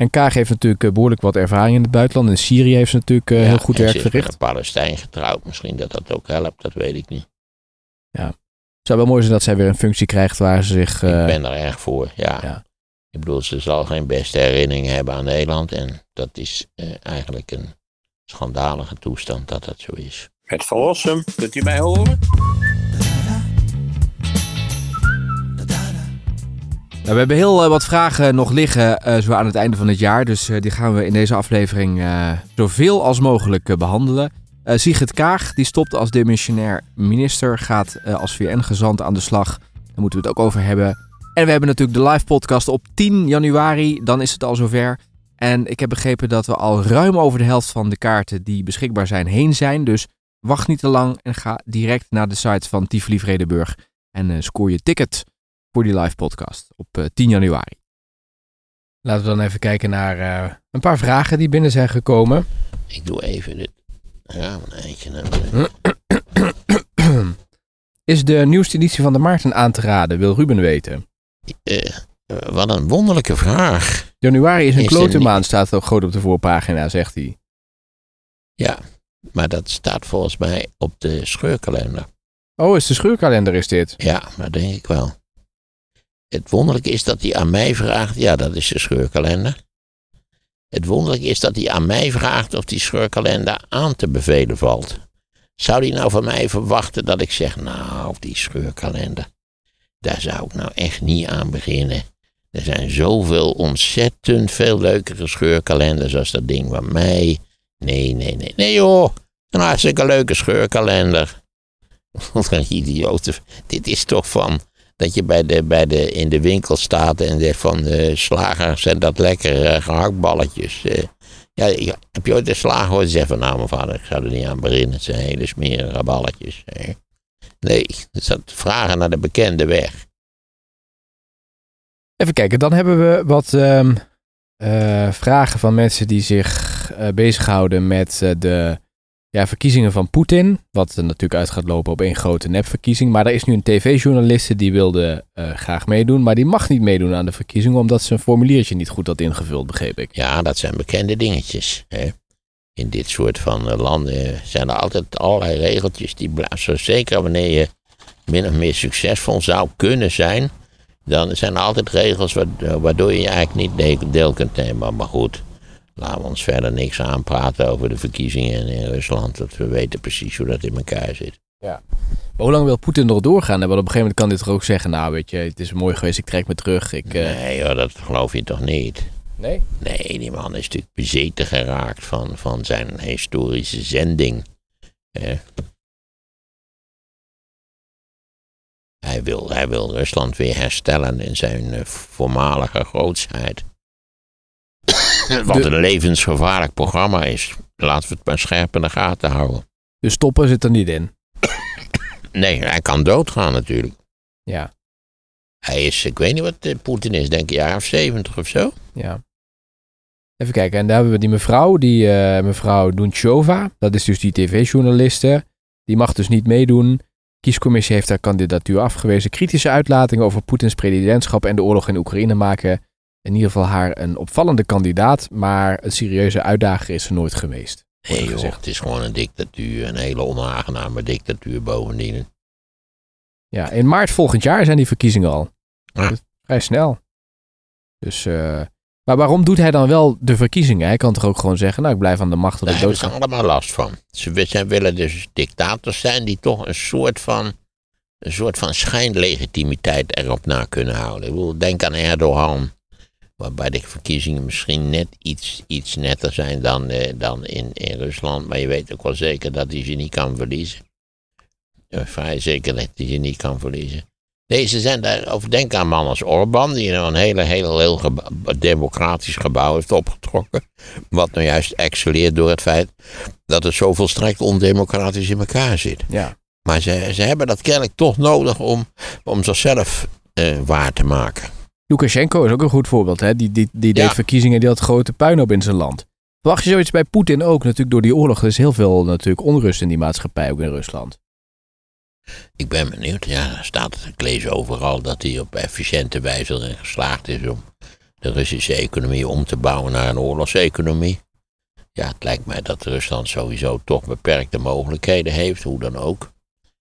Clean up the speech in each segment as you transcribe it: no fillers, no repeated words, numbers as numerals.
En Kaag heeft natuurlijk behoorlijk wat ervaring in het buitenland. In Syrië heeft ze natuurlijk heel goed werk verricht. Met een Palestijn getrouwd. Misschien dat ook helpt, dat weet ik niet. Ja. Het zou wel mooi zijn dat zij weer een functie krijgt waar ze zich... Ik ben er erg voor, ja. Ik bedoel, ze zal geen beste herinneringen hebben aan Nederland. En dat is eigenlijk een schandalige toestand dat dat zo is. Het verlossen, kunt u mij horen? Nou, we hebben heel wat vragen nog liggen zo aan het einde van het jaar. Dus die gaan we in deze aflevering zoveel als mogelijk behandelen. Sigrid Kaag, die stopt als demissionair minister, gaat als VN-gezant aan de slag. Daar moeten we het ook over hebben. En we hebben natuurlijk de live podcast op 10 januari. Dan is het al zover. En ik heb begrepen dat we al ruim over de helft van de kaarten die beschikbaar zijn heen zijn. Dus wacht niet te lang en ga direct naar de site van Tivoli Vredenburg. En scoor je ticket voor die live podcast op 10 januari. Laten we dan even kijken naar een paar vragen die binnen zijn gekomen. Ik doe even dit. Ja, een eindje. Is de nieuwste editie van de Maarten aan te raden, wil Ruben weten. Wat een wonderlijke vraag. Januari is een klote maand, staat ook groot op de voorpagina, zegt hij. Ja, maar dat staat volgens mij op de scheurkalender. Oh, is de scheurkalender is dit? Ja, dat denk ik wel. Het wonderlijke is dat hij aan mij vraagt, ja, dat is de scheurkalender. Het wonderlijke is dat hij aan mij vraagt of die scheurkalender aan te bevelen valt. Zou hij nou van mij verwachten dat ik zeg, nou, die scheurkalender, daar zou ik nou echt niet aan beginnen. Er zijn zoveel ontzettend veel leukere scheurkalenders als dat ding van mij. Nee joh, een hartstikke leuke scheurkalender. Wat een idiote. Dit is toch van dat je in de winkel staat en zegt van de slager zijn dat lekkere gehaktballetjes. Heb je ooit de slager gehoord zeggen van nou mijn vader, ik zou er niet aan beginnen. Het zijn hele smerige balletjes. Nee, dat vragen naar de bekende weg. Even kijken, dan hebben we wat vragen van mensen die zich bezighouden met de verkiezingen van Poetin. Wat natuurlijk uit gaat lopen op één grote nepverkiezing. Maar er is nu een tv-journaliste die wilde graag meedoen. Maar die mag niet meedoen aan de verkiezingen omdat zijn formuliertje niet goed had ingevuld, begreep ik. Ja, dat zijn bekende dingetjes. Hè. In dit soort van landen zijn er altijd allerlei regeltjes. Zo zeker wanneer je min of meer succesvol zou kunnen zijn. Dan zijn er altijd regels waardoor je eigenlijk niet deel kunt nemen. Maar goed, laten we ons verder niks aanpraten over de verkiezingen in Rusland. Want we weten precies hoe dat in elkaar zit. Ja. Maar hoe lang wil Poetin nog doorgaan? Want op een gegeven moment kan dit toch ook zeggen, nou weet je, het is mooi geweest, ik trek me terug. Nee hoor, dat geloof je toch niet? Nee? Nee, die man is natuurlijk bezeten geraakt van zijn historische zending. Hij wil Rusland weer herstellen in zijn voormalige grootsheid. Wat een levensgevaarlijk programma is. Laten we het maar scherp in de gaten houden. Dus stoppen zit er niet in? Nee, hij kan doodgaan natuurlijk. Ja. Hij is, ik weet niet wat Poetin is, denk ik een jaar of 70 of zo. Ja. Even kijken, en daar hebben we die mevrouw Dunchova. Dat is dus die tv-journaliste. Die mag dus niet meedoen. De kiescommissie heeft haar kandidatuur afgewezen. Kritische uitlatingen over Poetins presidentschap en de oorlog in Oekraïne maken in ieder geval haar een opvallende kandidaat, maar een serieuze uitdager is ze nooit geweest. Nee joh, het is gewoon een dictatuur, een hele onaangename dictatuur bovendien. Ja, in maart volgend jaar zijn die verkiezingen al. Ja. Vrij snel. Dus, maar waarom doet hij dan wel de verkiezingen? Hij kan toch ook gewoon zeggen, nou ik blijf aan de macht tot ik dood ga. Daar hebben ze allemaal last van. Ze willen dus dictators zijn die toch een soort van schijnlegitimiteit erop na kunnen houden. Ik bedoel, denk aan Erdogan. Waarbij de verkiezingen misschien net iets netter zijn dan in Rusland. Maar je weet ook wel zeker dat hij ze niet kan verliezen. Vrij zeker dat hij ze niet kan verliezen. Nee, ze zijn daarover. Denk aan een man als Orbán, die een heel democratisch gebouw heeft opgetrokken. Wat nou juist excelleert door het feit dat het zo volstrekt ondemocratisch in elkaar zit. Ja. Maar ze hebben dat kennelijk toch nodig om zichzelf waar te maken. Lukashenko is ook een goed voorbeeld. Hè? Die deed verkiezingen, die had grote puinhoop in zijn land. Verwacht je zoiets bij Poetin ook? Natuurlijk door die oorlog. Er is heel veel natuurlijk onrust in die maatschappij, ook in Rusland. Ik ben benieuwd. Ja, daar staat het. Ik lees overal dat hij op efficiënte wijze erin geslaagd is om de Russische economie om te bouwen naar een oorlogseconomie. Ja, het lijkt mij dat Rusland sowieso toch beperkte mogelijkheden heeft, hoe dan ook.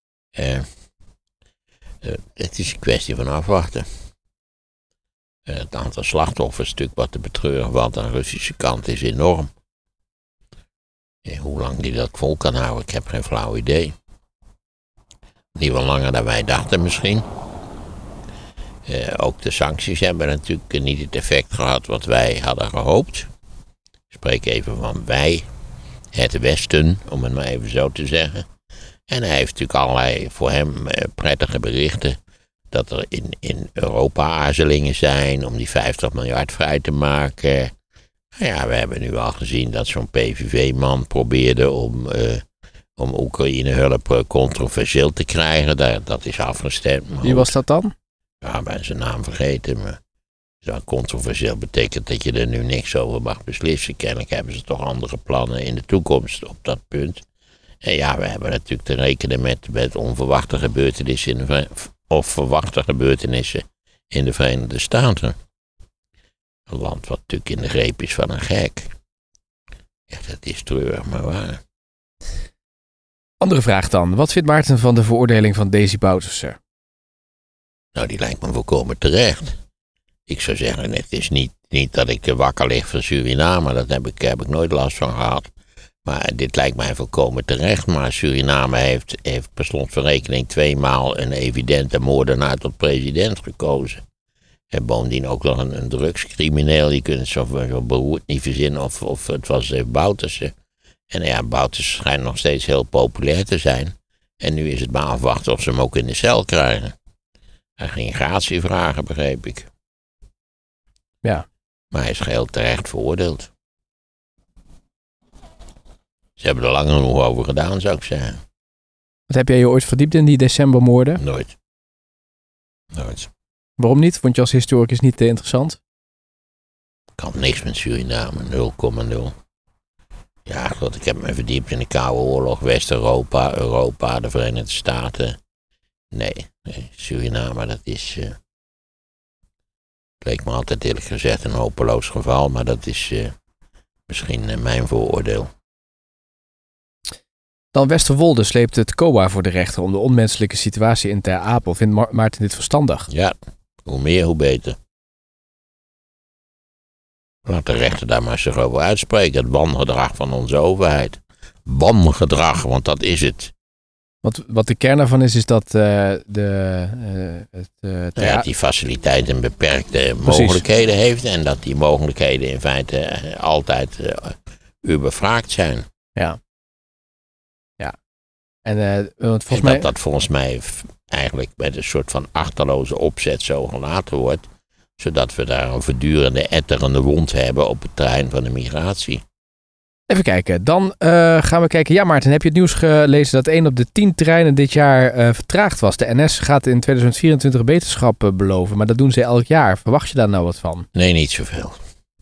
Het is een kwestie van afwachten. Het aantal slachtoffers, natuurlijk wat te betreuren valt aan de Russische kant, is enorm. Hoe lang die dat vol kan houden, ik heb geen flauw idee. Niet wel langer dan wij dachten misschien. Ook de sancties hebben natuurlijk niet het effect gehad wat wij hadden gehoopt. Ik spreek even van wij, het Westen, om het maar even zo te zeggen. En hij heeft natuurlijk allerlei voor hem prettige berichten. Dat er in Europa aarzelingen zijn om die 50 miljard vrij te maken. Nou ja, we hebben nu al gezien dat zo'n PVV-man probeerde om Oekraïne-hulp controversieel te krijgen. Dat is afgestemd. Wie was dat dan? Ja, ik ben zijn naam vergeten. Maar controversieel betekent dat je er nu niks over mag beslissen. Kennelijk hebben ze toch andere plannen in de toekomst op dat punt. En ja, we hebben natuurlijk te rekenen met onverwachte gebeurtenissen verwachte gebeurtenissen in de Verenigde Staten. Een land wat natuurlijk in de greep is van een gek. Ja, dat is treurig, maar waar. Andere vraag dan. Wat vindt Maarten van de veroordeling van Desi Bouterse? Nou, die lijkt me volkomen terecht. Ik zou zeggen, het is niet dat ik wakker lig van Suriname. Dat heb ik nooit last van gehad. Maar dit lijkt mij volkomen terecht. Maar Suriname heeft per slot van rekening 2 maal een evidente moordenaar tot president gekozen. En bovendien ook nog een drugscrimineel. Je kunt het zo beroerd niet verzinnen of het was Bouterse. En ja, Bouterse schijnt nog steeds heel populair te zijn. En nu is het maar afwachten of ze hem ook in de cel krijgen. Hij ging gratie vragen, begreep ik. Ja. Maar hij is geheel terecht veroordeeld. Ze hebben er lang genoeg over gedaan, zou ik zeggen. Wat heb jij je ooit verdiept in die decembermoorden? Nooit. Waarom niet? Vond je als historicus niet te interessant? Ik had niks met Suriname, 0,0. Ja, god, ik heb me verdiept in de Koude Oorlog, West-Europa, Europa, de Verenigde Staten. Nee, Suriname, dat is... leek me altijd eerlijk gezegd een hopeloos geval, maar dat is misschien mijn vooroordeel. Dan Westerwolde sleept het COA voor de rechter om de onmenselijke situatie in Ter Apel. Vindt Maarten dit verstandig? Ja, hoe meer, hoe beter. Laat de rechter daar maar zich over uitspreken. Het wangedrag van onze overheid. Wangedrag, want dat is het. Wat de kern daarvan is dat die faciliteiten beperkte mogelijkheden heeft. En dat die mogelijkheden in feite altijd übervraagd zijn. Ja. En volgens mij... dat volgens mij eigenlijk met een soort van achterloze opzet zo gelaten wordt. Zodat we daar een voortdurende etterende wond hebben op het terrein van de migratie. Even kijken, dan gaan we kijken. Ja, Maarten, heb je het nieuws gelezen dat 1 op de 10 treinen dit jaar vertraagd was? De NS gaat in 2024 beterschap beloven, maar dat doen ze elk jaar. Verwacht je daar nou wat van? Nee, niet zoveel.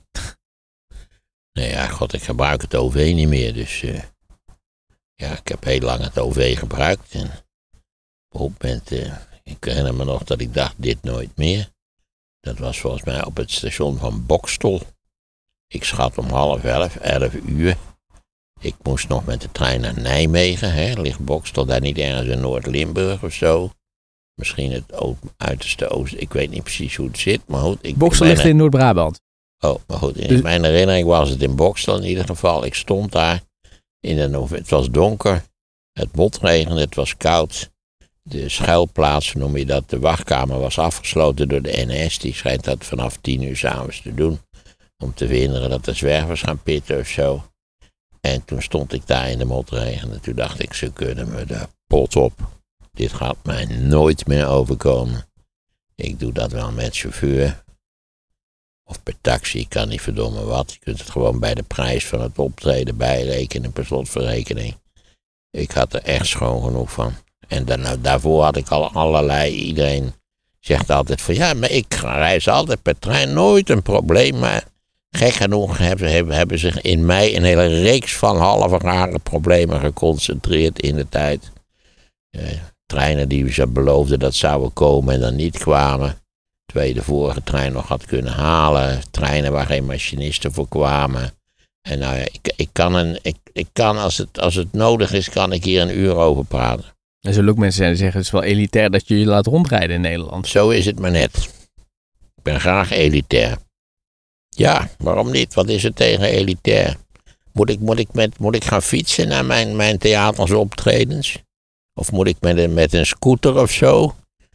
Nee, ja, god, ik gebruik het OV niet meer, dus... ja, ik heb heel lang het OV gebruikt. En op een moment, ik herinner me nog dat ik dacht, dit nooit meer. Dat was volgens mij op het station van Boxtel. Ik schat om 11 uur. Ik moest nog met de trein naar Nijmegen. Ligt Boxtel daar niet ergens in Noord-Limburg of zo? Misschien het uiterste oosten. Ik weet niet precies hoe het zit, maar goed. Boxtel ligt in Noord-Brabant. Oh, maar goed. In mijn herinnering was het in Boxtel in ieder geval. Ik stond daar. Het was donker. Het motregende, het was koud. De schuilplaats, noem je dat, de wachtkamer was afgesloten door de NS. Die schijnt dat vanaf 10 uur 's avonds te doen. Om te verhinderen dat de zwervers gaan pitten of zo. En toen stond ik daar in de motregen. En toen dacht ik, ze kunnen me de pot op. Dit gaat mij nooit meer overkomen. Ik doe dat wel met chauffeur. Of per taxi, ik kan niet verdomme wat. Je kunt het gewoon bij de prijs van het optreden bijrekenen, per slotverrekening. Ik had er echt schoon genoeg van. En daarvoor had ik al allerlei, iedereen zegt altijd van ja, maar ik reis altijd per trein, nooit een probleem. Maar gek genoeg hebben zich in mij een hele reeks van halve rare problemen geconcentreerd in de tijd. Treinen die ze beloofden dat zouden komen en dan niet kwamen. terwijl je de vorige trein nog had kunnen halen. Treinen waar geen machinisten voor kwamen. En nou ja, ik kan als het nodig is, kan ik hier een uur over praten. Er zullen ook mensen zijn die zeggen, het is wel elitair dat je je laat rondrijden in Nederland. Zo is het maar net. Ik ben graag elitair. Ja, waarom niet? Wat is er tegen elitair? Moet ik gaan fietsen naar mijn theaters optredens? Of moet ik met een scooter of zo?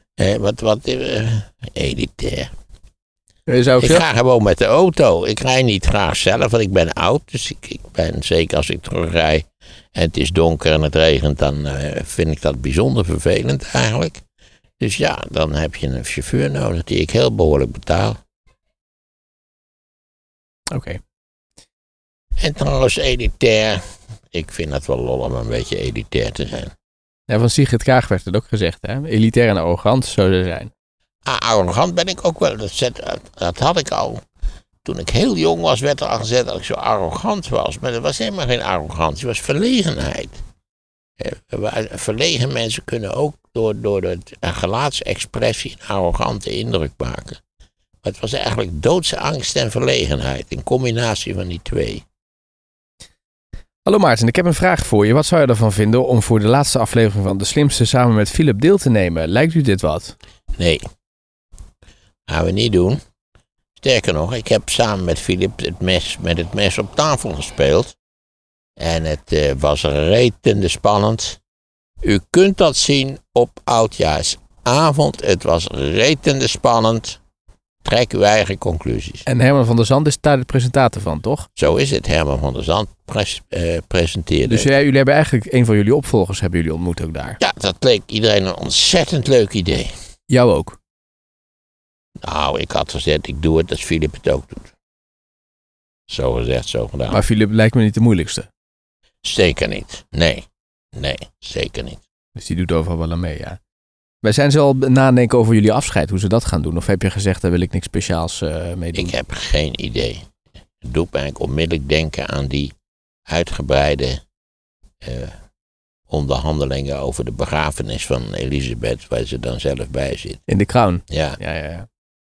Elitair. Ik ga gewoon met de auto. Ik rij niet graag zelf, want ik ben oud. Dus ik ben, zeker als ik terugrij en het is donker en het regent, dan vind ik dat bijzonder vervelend eigenlijk. Dus ja, dan heb je een chauffeur nodig die ik heel behoorlijk betaal. Oké. En trouwens elitair. Ik vind het wel lol om een beetje elitair te zijn. Ja, van Sigrid Kaag werd het ook gezegd, hè? Elitair en arrogant zou ze zijn. Arrogant ben ik ook wel. Dat had ik al. Toen ik heel jong was, werd er al gezegd dat ik zo arrogant was. Maar dat was helemaal geen arrogantie, het was verlegenheid. Verlegen mensen kunnen ook door de gelaatsexpressie een arrogante indruk maken. Maar het was eigenlijk doodsangst en verlegenheid. Een combinatie van die twee. Hallo Maarten, ik heb een vraag voor je. Wat zou je ervan vinden om voor de laatste aflevering van De Slimste samen met Philip deel te nemen? Lijkt u dit wat? Nee. Gaan we niet doen. Sterker nog, ik heb samen met Philip met het mes op tafel gespeeld. En het was retende spannend. U kunt dat zien op Oudjaarsavond. Het was retende spannend. Trek uw eigen conclusies. En Herman van der Zand is daar de presentator van, toch? Zo is het. Herman van der Zand presenteerde. Dus jullie hebben eigenlijk een van jullie opvolgers hebben jullie ontmoet ook daar? Ja, dat leek iedereen een ontzettend leuk idee. Jou ook? Nou, ik had gezegd, ik doe het als Philip het ook doet. Zo gezegd, zo gedaan. Maar Philip lijkt me niet de moeilijkste. Zeker niet. Nee, zeker niet. Dus die doet overal wel aan mee, ja. Wij zijn ze al nadenken over jullie afscheid, hoe ze dat gaan doen. Of heb je gezegd, daar wil ik niks speciaals mee doen? Ik heb geen idee. Het doet me eigenlijk onmiddellijk denken aan die uitgebreide onderhandelingen over de begrafenis van Elisabeth, waar ze dan zelf bij zit. In de Crown? Ja. Ja.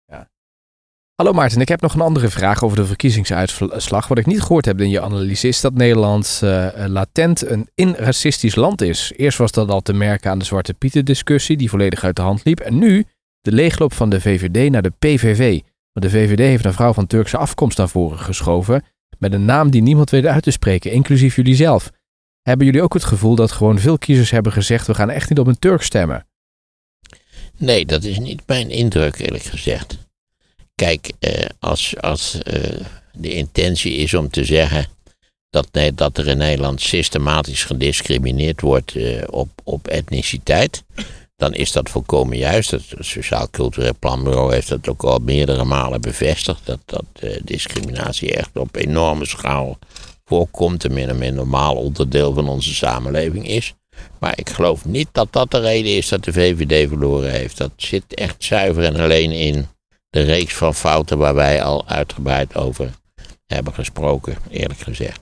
Hallo Maarten, ik heb nog een andere vraag over de verkiezingsuitslag. Wat ik niet gehoord heb in je analyse is dat Nederland latent een racistisch land is. Eerst was dat al te merken aan de Zwarte Pieten discussie die volledig uit de hand liep. En nu de leegloop van de VVD naar de PVV. Want de VVD heeft een vrouw van Turkse afkomst naar voren geschoven met een naam die niemand weet uit te spreken, inclusief jullie zelf. Hebben jullie ook het gevoel dat gewoon veel kiezers hebben gezegd, we gaan echt niet op een Turk stemmen? Nee, dat is niet mijn indruk, eerlijk gezegd. Kijk, als de intentie is om te zeggen dat er in Nederland systematisch gediscrimineerd wordt op etniciteit, dan is dat volkomen juist. Het Sociaal Cultureel Planbureau heeft dat ook al meerdere malen bevestigd, dat discriminatie echt op enorme schaal voorkomt en min of meer normaal onderdeel van onze samenleving is. Maar ik geloof niet dat dat de reden is dat de VVD verloren heeft. Dat zit echt zuiver en alleen in de reeks van fouten waar wij al uitgebreid over hebben gesproken, eerlijk gezegd.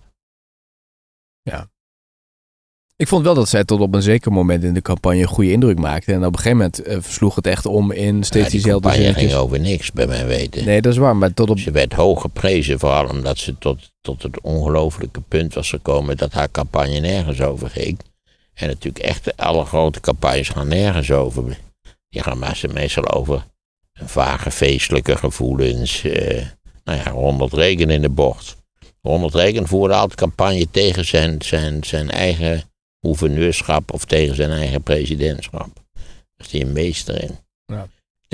Ja. Ik vond wel dat zij tot op een zeker moment in de campagne een goede indruk maakte. En op een gegeven moment versloeg het echt om in steeds diezelfde zinnetjes. Die ging over niks, bij mijn weten. Nee, dat is waar. Maar Ze werd hoog geprezen, vooral omdat ze tot het ongelofelijke punt was gekomen dat haar campagne nergens over ging. En natuurlijk echt alle grote campagnes gaan nergens over. Die gaan meestal over vage feestelijke gevoelens. Ronald Reagan in de bocht. Ronald Reagan voerde altijd campagne tegen zijn eigen gouverneurschap of tegen zijn eigen presidentschap. Daar is hij een meester in. Ja.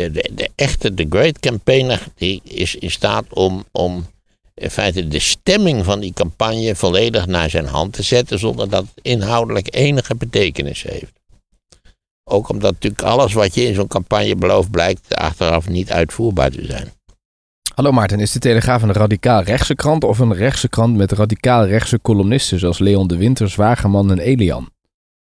De great campaigner die is in staat om in feite de stemming van die campagne volledig naar zijn hand te zetten, zonder dat het inhoudelijk enige betekenis heeft. Ook omdat natuurlijk alles wat je in zo'n campagne belooft blijkt achteraf niet uitvoerbaar te zijn. Hallo Maarten, is de Telegraaf een radicaal rechtse krant of een rechtse krant met radicaal rechtse columnisten zoals Leon de Winter, Zwageman en Elian?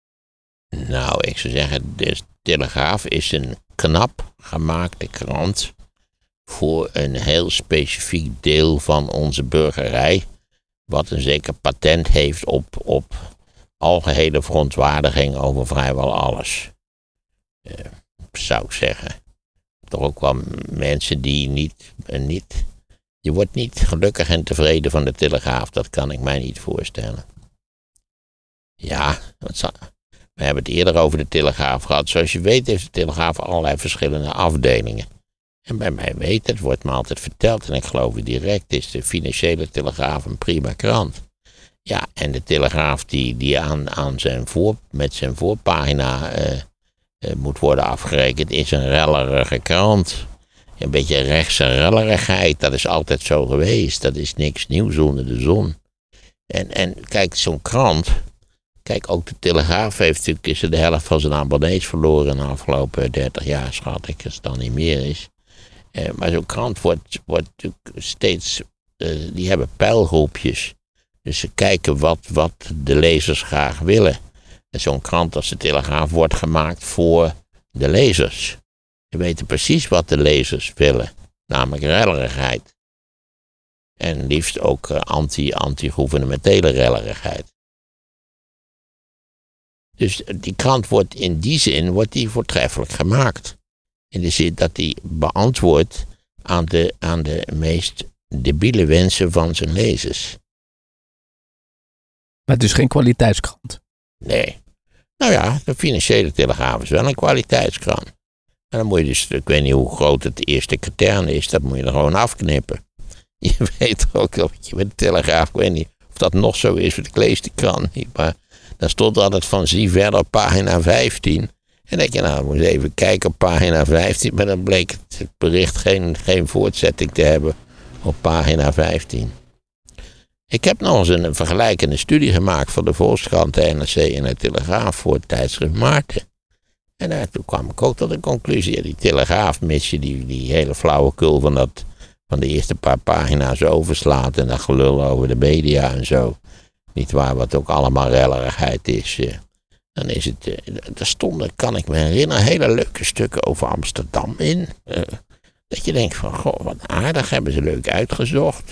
Nou, ik zou zeggen, de Telegraaf is een knap gemaakte krant voor een heel specifiek deel van onze burgerij, wat een zeker patent heeft op algehele verontwaardiging over vrijwel alles. Zou ik zeggen. toch ook wel mensen die niet. Je wordt niet gelukkig en tevreden van de Telegraaf. Dat kan ik mij niet voorstellen. Ja, we hebben het eerder over de Telegraaf gehad. Zoals je weet heeft de Telegraaf allerlei verschillende afdelingen. En bij mij weet, het wordt me altijd verteld, en ik geloof het direct, is de Financiële Telegraaf een prima krant. Ja, en de Telegraaf die met zijn voorpagina moet worden afgerekend, is een rellerige krant. Een beetje rechtse rellerigheid, dat is altijd zo geweest. Dat is niks nieuws onder de zon. En kijk, zo'n krant. Kijk, ook de Telegraaf heeft natuurlijk is de helft van zijn abonnees verloren in de afgelopen 30 jaar, schat ik, als het dan niet meer is. Maar zo'n krant wordt natuurlijk steeds, die hebben peilgroepjes. Dus ze kijken wat de lezers graag willen. En zo'n krant als de Telegraaf wordt gemaakt voor de lezers. Ze weten precies wat de lezers willen, namelijk rellerigheid. En liefst ook anti-gouvernementele rellerigheid. Dus die krant wordt in die zin voortreffelijk gemaakt. In de zin dat hij beantwoordt aan de meest debiele wensen van zijn lezers. Maar het is geen kwaliteitskrant. Nee. Nou ja, de Financiële Telegraaf is wel een kwaliteitskrant. En dan moet je dus, ik weet niet hoe groot het eerste katern is, dat moet je er gewoon afknippen. Je weet ook dat je met de Telegraaf, ik weet niet of dat nog zo is, want ik lees die krant niet, maar dan stond altijd van zie verder op pagina 15. En dan denk je, nou, moet je even kijken op pagina 15, maar dan bleek het bericht geen voortzetting te hebben op pagina 15. Ik heb nog eens een vergelijkende studie gemaakt van de Volkskrant, de NRC en de Telegraaf voor het tijdschrift Maarten. En toen kwam ik ook tot de conclusie, ja, die Telegraaf, mis je die hele flauwekul van de eerste paar pagina's overslaat en dat gelul over de media en zo. Niet waar, wat ook allemaal rellerigheid is. Dan is het, er stonden, kan ik me herinneren, hele leuke stukken over Amsterdam in. Dat je denkt van, goh, wat aardig, hebben ze leuk uitgezocht.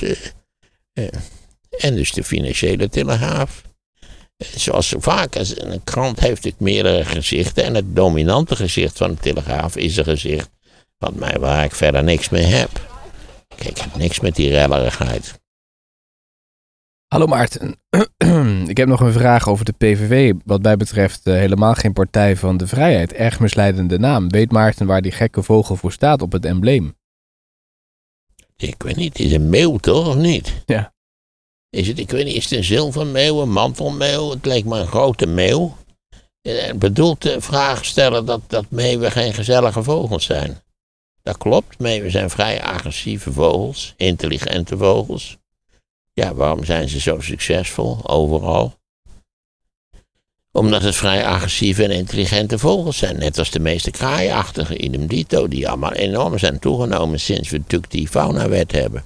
En dus de Financiële Telegraaf. Zoals zo vaak, een krant heeft natuurlijk meerdere gezichten. En het dominante gezicht van de Telegraaf is een gezicht waar ik verder niks mee heb. Kijk, ik heb niks met die rellerigheid. Hallo Maarten, ik heb nog een vraag over de PVV. Wat mij betreft helemaal geen Partij van de Vrijheid. Erg misleidende naam. Weet Maarten waar die gekke vogel voor staat op het embleem? Ik weet niet, het is een meeuw toch, of niet? Ja. Ik weet niet, is het een zilvermeeuw, een mantelmeeuw? Het leek me een grote meeuw. Bedoelt de vraag stellen dat meeuwen geen gezellige vogels zijn. Dat klopt, meeuwen zijn vrij agressieve vogels, intelligente vogels. Ja, waarom zijn ze zo succesvol overal? Omdat het vrij agressieve en intelligente vogels zijn. Net als de meeste kraaiachtige, idem dito, die allemaal enorm zijn toegenomen sinds we natuurlijk die faunawet hebben.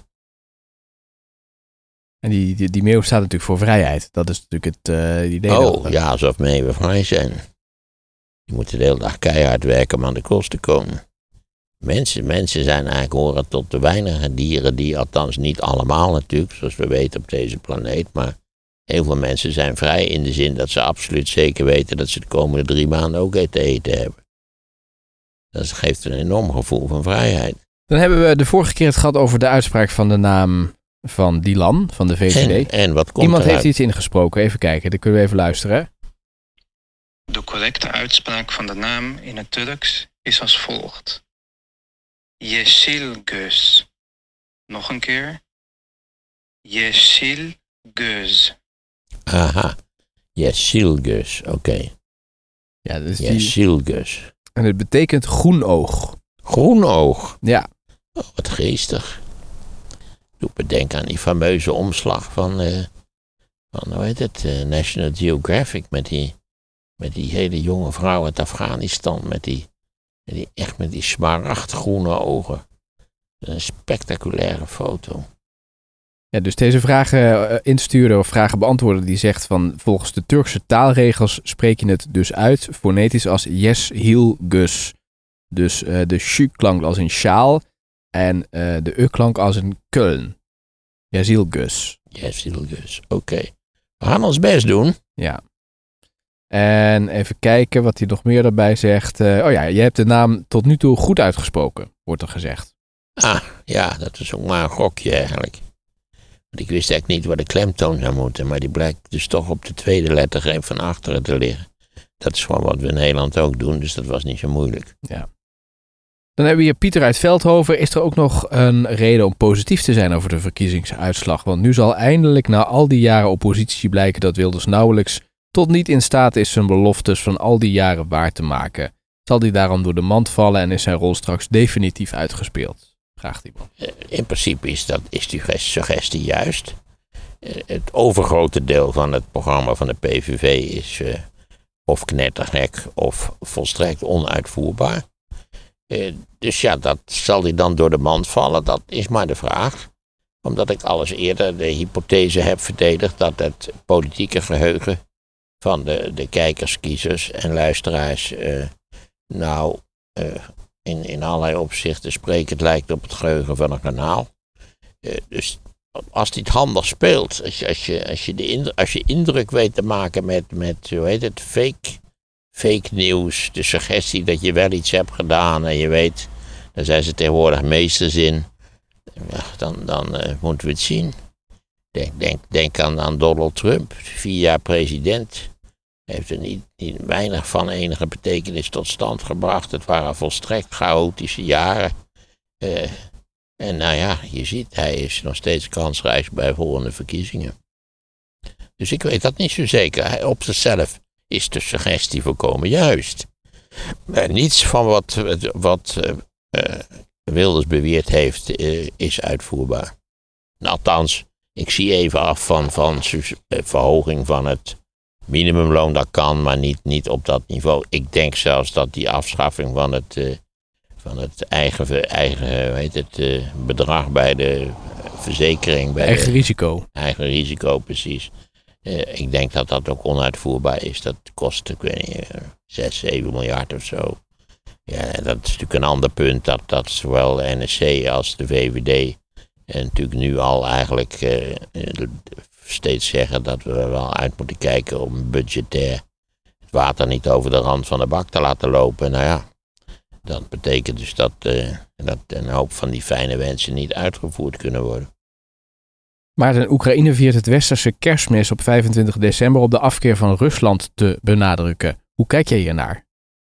En die meeuw staat natuurlijk voor vrijheid. Dat is natuurlijk het idee. Ja, alsof meeuwen vrij zijn. Die moeten de hele dag keihard werken om aan de kosten te komen. Mensen zijn eigenlijk horen tot de weinige dieren die, althans niet allemaal natuurlijk, zoals we weten op deze planeet, maar heel veel mensen zijn vrij in de zin dat ze absoluut zeker weten dat ze de komende 3 maanden ook te eten hebben. Dat geeft een enorm gevoel van vrijheid. Dan hebben we de vorige keer het gehad over de uitspraak van de naam van Dilan, van de VVD. En wat komt Iemand eruit? heeft iets ingesproken, even kijken, dan kunnen we even luisteren. De correcte uitspraak van de naam in het Turks is als volgt. Yeşilgöz. Nog een keer. Yeşilgöz. Aha, Yeşilgöz, oké. Ja, dus Yeşilgöz. En het betekent groen oog. Groen oog. Ja. Oh, wat geestig. Doe me denken aan die fameuze omslag van hoe heet het, National Geographic met die hele jonge vrouw uit Afghanistan met die smaragdgroene ogen. Een spectaculaire foto. Ja, dus deze vragen insturen of vragen beantwoorden die zegt van volgens de Turkse taalregels spreek je het dus uit fonetisch als Yeşilgöz. Dus de sh-klank als een sjaal en de u-klank als een Köln. Yeşilgöz. Yeşilgöz, oké. We gaan ons best doen. Ja. En even kijken wat hij nog meer daarbij zegt. Je hebt de naam tot nu toe goed uitgesproken, wordt er gezegd. Ja, dat is ook maar een gokje eigenlijk. Want ik wist eigenlijk niet waar de klemtoon zou moeten, maar die blijkt dus toch op de tweede lettergreep van achteren te liggen. Dat is gewoon wat we in Nederland ook doen, dus dat was niet zo moeilijk. Ja. Dan hebben we hier Pieter uit Veldhoven. Is er ook nog een reden om positief te zijn over de verkiezingsuitslag? Want nu zal eindelijk na al die jaren oppositie blijken dat Wilders nauwelijks tot niet in staat is zijn beloftes van al die jaren waar te maken. Zal hij daarom door de mand vallen en is zijn rol straks definitief uitgespeeld? Vraagt iemand. In principe is die suggestie juist. Het overgrote deel van het programma van de PVV is of knettergek of volstrekt onuitvoerbaar. Dus ja, dat zal hij dan door de mand vallen, dat is maar de vraag. Omdat ik al eens eerder de hypothese heb verdedigd dat het politieke geheugen van de kijkers, kiezers en luisteraars in allerlei opzichten sprekend lijkt op het geheugen van een kanaal. Dus als hij het handig speelt, als je indruk weet te maken met hoe heet het, fake nieuws, de suggestie dat je wel iets hebt gedaan en je weet, daar zijn ze tegenwoordig meesters in, dan moeten we het zien. Denk aan Donald Trump, 4 jaar president. Heeft er niet weinig van enige betekenis tot stand gebracht. Het waren volstrekt chaotische jaren. En nou ja, je ziet, hij is nog steeds kansrijk bij volgende verkiezingen. Dus ik weet dat niet zo zeker. Op zichzelf is de suggestie volkomen juist. Maar niets van wat Wilders beweerd heeft, is uitvoerbaar. Althans, ik zie even af van verhoging van het minimumloon, dat kan, maar niet op dat niveau. Ik denk zelfs dat die afschaffing van het eigen bedrag bij de verzekering. Bij eigen risico. Eigen risico, precies. Ik denk dat dat ook onuitvoerbaar is. Dat kost, ik weet niet, 6, 7 miljard of zo. Ja, dat is natuurlijk een ander punt. Dat zowel de NSC als de VVD en natuurlijk nu al eigenlijk steeds zeggen dat we er wel uit moeten kijken om budgetair het water niet over de rand van de bak te laten lopen. Nou ja, dat betekent dus dat een hoop van die fijne wensen niet uitgevoerd kunnen worden. Maarten, Oekraïne viert het westerse kerstmis op 25 december op de afkeer van Rusland te benadrukken. Hoe kijk jij hiernaar?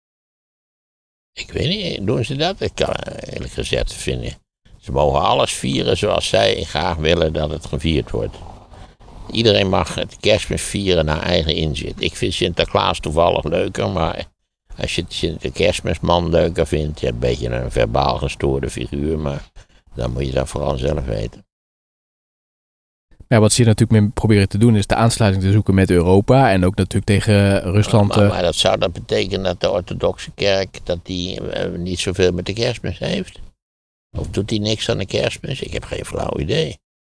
Ik weet niet, doen ze dat? Ik kan eerlijk gezegd vinden. Ze mogen alles vieren zoals zij graag willen dat het gevierd wordt. Iedereen mag het kerstmis vieren naar eigen inzet. Ik vind Sinterklaas toevallig leuker, maar als je de kerstmisman leuker vindt, je hebt een beetje een verbaal gestoorde figuur, maar dan moet je dat vooral zelf weten. Ja, wat ze hier natuurlijk mee proberen te doen is de aansluiting te zoeken met Europa en ook natuurlijk tegen Rusland. Maar dat zou dat betekenen dat de orthodoxe kerk dat die niet zoveel met de kerstmis heeft? Of doet die niks aan de kerstmis? Ik heb geen flauw idee.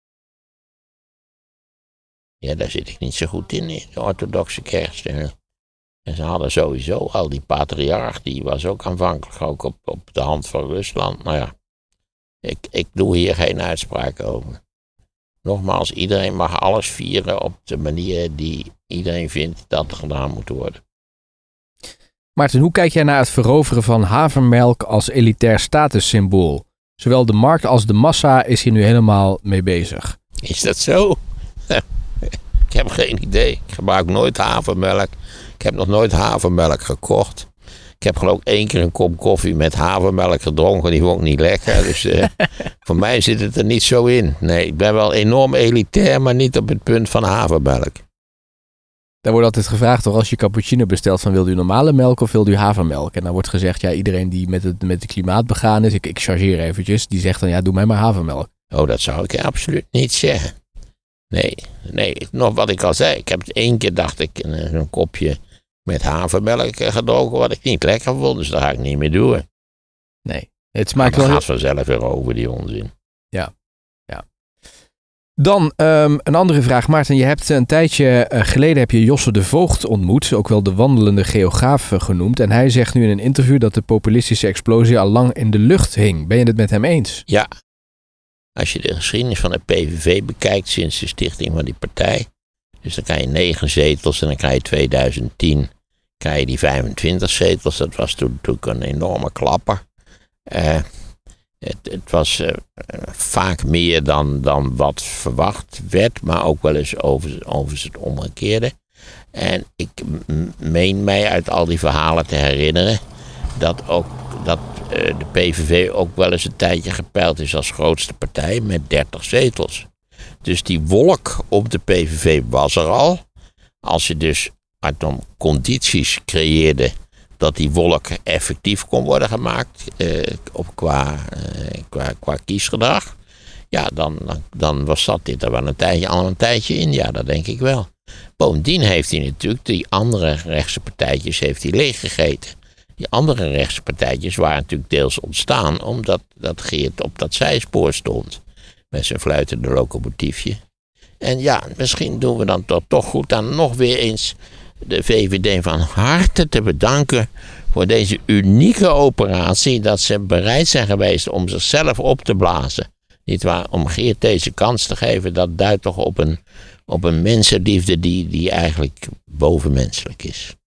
Ja, daar zit ik niet zo goed in de orthodoxe kerk. En ze hadden sowieso al die patriarch, die was ook aanvankelijk ook op de hand van Rusland. Nou ja, ik doe hier geen uitspraak over. Nogmaals, iedereen mag alles vieren op de manier die iedereen vindt dat er gedaan moet worden. Maarten, hoe kijk jij naar het veroveren van havermelk als elitair statussymbool? Zowel de markt als de massa is hier nu helemaal mee bezig. Is dat zo? Ik heb geen idee. Ik gebruik nooit havermelk. Ik heb nog nooit havermelk gekocht. Ik heb geloof ik 1 keer een kop koffie met havermelk gedronken. Die vond ik niet lekker. Dus voor mij zit het er niet zo in. Nee, ik ben wel enorm elitair, maar niet op het punt van havermelk. Daar wordt altijd gevraagd, toch, als je cappuccino bestelt, van wil u normale melk of wil u havermelk? En dan wordt gezegd, ja, iedereen die met het klimaat begaan is, ik chargeer eventjes, die zegt dan, ja, doe mij maar havermelk. Oh, dat zou ik absoluut niet zeggen. Nee, nog wat ik al zei. Ik heb het 1 keer, dacht ik, een kopje met havermelk gedronken, wat ik niet lekker vond. Dus dat ga ik niet meer doen. Nee, het smaakt wel... wel... gaat vanzelf weer over, die onzin. Ja. Dan een andere vraag. Maarten, je hebt een tijdje geleden heb je Josse de Voogd ontmoet, ook wel de wandelende geograaf genoemd. En hij zegt nu in een interview dat de populistische explosie al lang in de lucht hing. Ben je het met hem eens? Ja. Als je de geschiedenis van de PVV bekijkt sinds de stichting van die partij, dus dan krijg je 9 zetels en dan krijg je 2010 krijg je die 25 zetels. Dat was toen natuurlijk een enorme klapper. Het was vaak meer dan wat verwacht werd, maar ook wel eens overigens het omgekeerde. En ik meen mij uit al die verhalen te herinneren dat de PVV ook wel eens een tijdje gepeild is als grootste partij met 30 zetels. Dus die wolk op de PVV was er al. Als je dus dan condities creëerde dat die wolk effectief kon worden gemaakt qua kiesgedrag. Ja, dan was dit er wel al een tijdje in. Ja, dat denk ik wel. Bovendien heeft hij natuurlijk die andere rechtse partijtjes leeggegeten. Die andere rechtse partijtjes waren natuurlijk deels ontstaan omdat dat Geert op dat zijspoor stond. Met zijn fluitende locomotiefje. En ja, misschien doen we dan toch goed aan nog weer eens de VVD van harte te bedanken voor deze unieke operatie. Dat ze bereid zijn geweest om zichzelf op te blazen. Niet waar, om Geert deze kans te geven, dat duidt toch op een mensenliefde die eigenlijk bovenmenselijk is.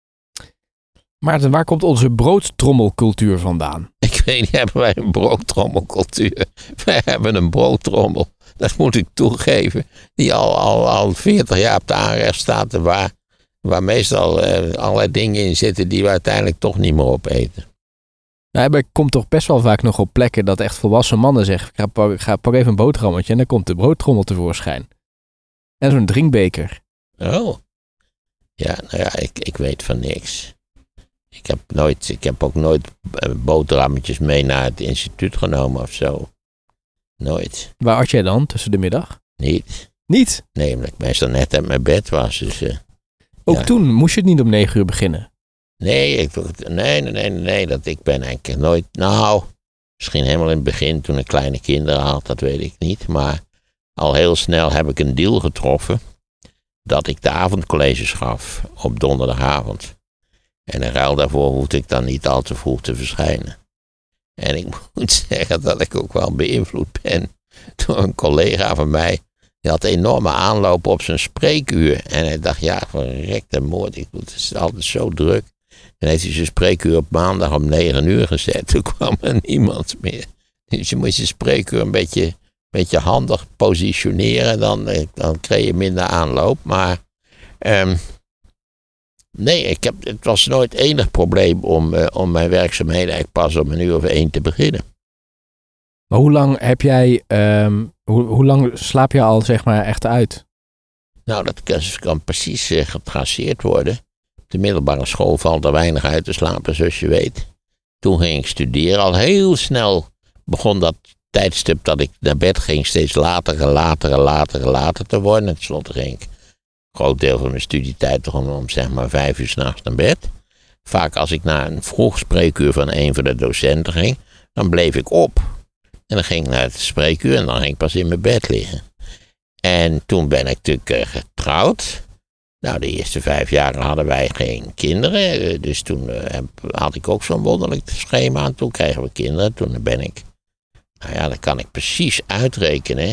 Maarten, waar komt onze broodtrommelcultuur vandaan? Ik weet niet, hebben wij een broodtrommelcultuur? Wij hebben een broodtrommel, dat moet ik toegeven, die al 40 jaar op de aanrecht staat, waar meestal allerlei dingen in zitten die we uiteindelijk toch niet meer opeten. Nou, ik kom toch best wel vaak nog op plekken dat echt volwassen mannen zeggen, ik ga pak even een boterhammetje en dan komt de broodtrommel tevoorschijn. En zo'n drinkbeker. Oh. Ja, nou ja, ik weet van niks. Ik heb ook nooit boterhammetjes mee naar het instituut genomen of zo. Nooit. Waar at jij dan tussen de middag? Niet. Niet? Nee, omdat ik meestal net uit mijn bed was. Dus, ook toen moest je het niet om 9 uur beginnen? Nee, ik ben eigenlijk nooit. Nou, misschien helemaal in het begin toen ik kleine kinderen had, dat weet ik niet. Maar al heel snel heb ik een deal getroffen dat ik de avondcolleges gaf op donderdagavond. En in ruil daarvoor hoefde ik dan niet al te vroeg te verschijnen. En ik moet zeggen dat ik ook wel beïnvloed ben door een collega van mij. Die had enorme aanloop op zijn spreekuur. En hij dacht, ja, verrekte moord, het is altijd zo druk. En heeft hij zijn spreekuur op maandag om 9 uur gezet. Toen kwam er niemand meer. Dus je moet je spreekuur een beetje handig positioneren. Dan kreeg je minder aanloop. Maar nee, het was nooit enig probleem om mijn werkzaamheden eigenlijk pas om 1:00 te beginnen. Maar hoe lang heb jij, hoe lang slaap je al zeg maar echt uit? Nou, dat kan precies getraceerd worden. Op de middelbare school valt er weinig uit te slapen, zoals je weet. Toen ging ik studeren. Al heel snel begon dat tijdstip dat ik naar bed ging steeds later te worden. En tenslotte ging ik een groot deel van mijn studietijd toch om zeg maar 5 uur 's nachts naar bed. Vaak als ik naar een vroeg spreekuur van een van de docenten ging, dan bleef ik op. En dan ging ik naar het spreekuur en dan ging ik pas in mijn bed liggen. En toen ben ik natuurlijk getrouwd. Nou, de eerste 5 jaar hadden wij geen kinderen. Dus toen had ik ook zo'n wonderlijk schema. En toen kregen we kinderen. Toen ben ik, nou ja, dat kan ik precies uitrekenen.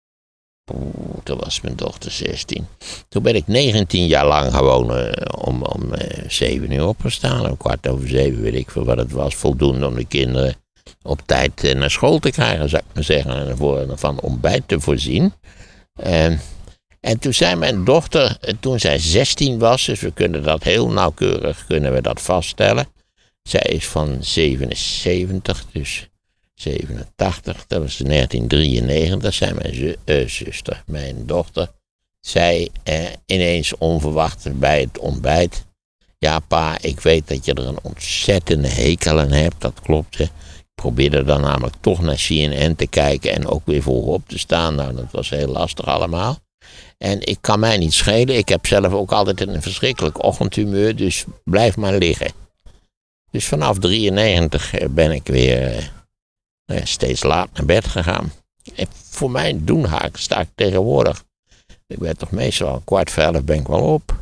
Toen was mijn dochter 16. Toen ben ik 19 jaar lang gewoon om 7 uur opgestaan. Om 7:15 weet ik veel wat het was. Voldoende om de kinderen op tijd naar school te krijgen, zou ik maar zeggen. En van ontbijt te voorzien. En toen zei mijn dochter, toen zij 16 was, dus we kunnen dat heel nauwkeurig vaststellen. Zij is van 77, dus 87, dat was 1993, zei mijn zuster, mijn dochter. Zei ineens onverwacht bij het ontbijt. Ja pa, ik weet dat je er een ontzettende hekel aan hebt, dat klopt hè. Ik probeerde dan namelijk toch naar CNN te kijken en ook weer voorop te staan. Nou, dat was heel lastig allemaal. En ik kan mij niet schelen. Ik heb zelf ook altijd een verschrikkelijk ochtendhumeur, dus blijf maar liggen. Dus vanaf 93 ben ik weer steeds laat naar bed gegaan. En voor mijn doen sta ik tegenwoordig. Ik ben toch meestal 11:15 ben ik wel op.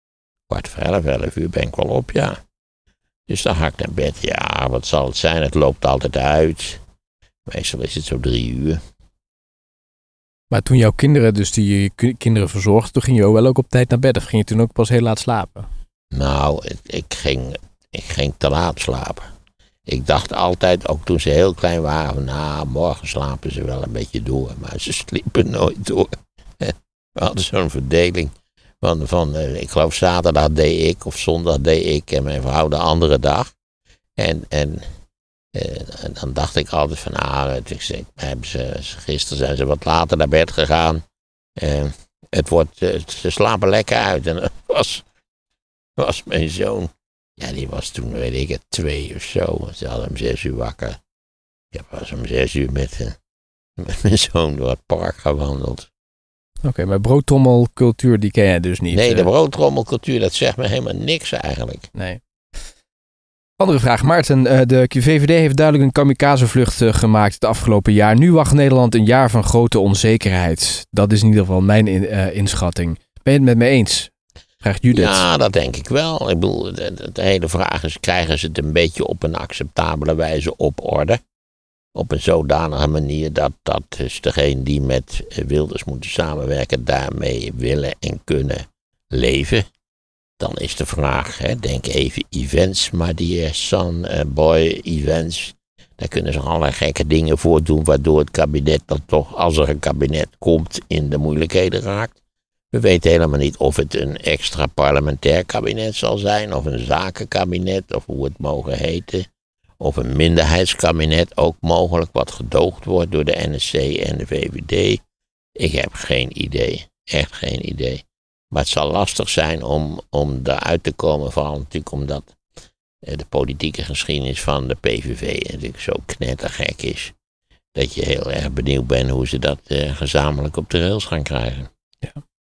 11:15 ben ik wel op, ja. Dus dan ga ik naar bed. Ja, wat zal het zijn? Het loopt altijd uit. Meestal is het zo 3 uur. Maar toen jouw kinderen, dus die kinderen verzorgden, toen ging je wel ook op tijd naar bed? Of ging je toen ook pas heel laat slapen? Nou, ik ging te laat slapen. Ik dacht altijd, ook toen ze heel klein waren, nou, morgen slapen ze wel een beetje door. Maar ze sliepen nooit door. We hadden zo'n verdeling van ik geloof zaterdag deed ik of zondag deed ik en mijn vrouw de andere dag. En dan dacht ik altijd van, gisteren zijn ze wat later naar bed gegaan. Ze slapen lekker uit. En dat was mijn zoon. Ja, die was toen, weet ik het, 2 of zo. Ze hadden hem 6 uur wakker. Ik was om 6 uur met mijn zoon door het park gewandeld. Oké, maar broodtrommelcultuur, die ken jij dus niet? Nee, de broodtrommelcultuur, dat zegt me helemaal niks eigenlijk. Nee. Andere vraag, Maarten. De VVD heeft duidelijk een kamikazevlucht gemaakt het afgelopen jaar. Nu wacht Nederland een jaar van grote onzekerheid. Dat is in ieder geval mijn inschatting. Ben je het met me eens? Vraagt Judith. Ja, dat denk ik wel. Ik bedoel, de hele vraag is, krijgen ze het een beetje op een acceptabele wijze op orde? Op een zodanige manier dat dus degene die met Wilders moeten samenwerken daarmee willen en kunnen leven. Dan is de vraag, denk even events, my dear son, boy, events. Daar kunnen ze allerlei gekke dingen voor doen, waardoor het kabinet dan toch, als er een kabinet komt, in de moeilijkheden raakt. We weten helemaal niet of het een extra parlementair kabinet zal zijn, of een zakenkabinet, of hoe het mogen heten. Of een minderheidskabinet, ook mogelijk, wat gedoogd wordt door de NSC en de VVD. Ik heb geen idee, echt geen idee. Maar het zal lastig zijn om daaruit te komen, vooral natuurlijk omdat de politieke geschiedenis van de PVV natuurlijk zo knettergek is. Dat je heel erg benieuwd bent hoe ze dat gezamenlijk op de rails gaan krijgen. Ja.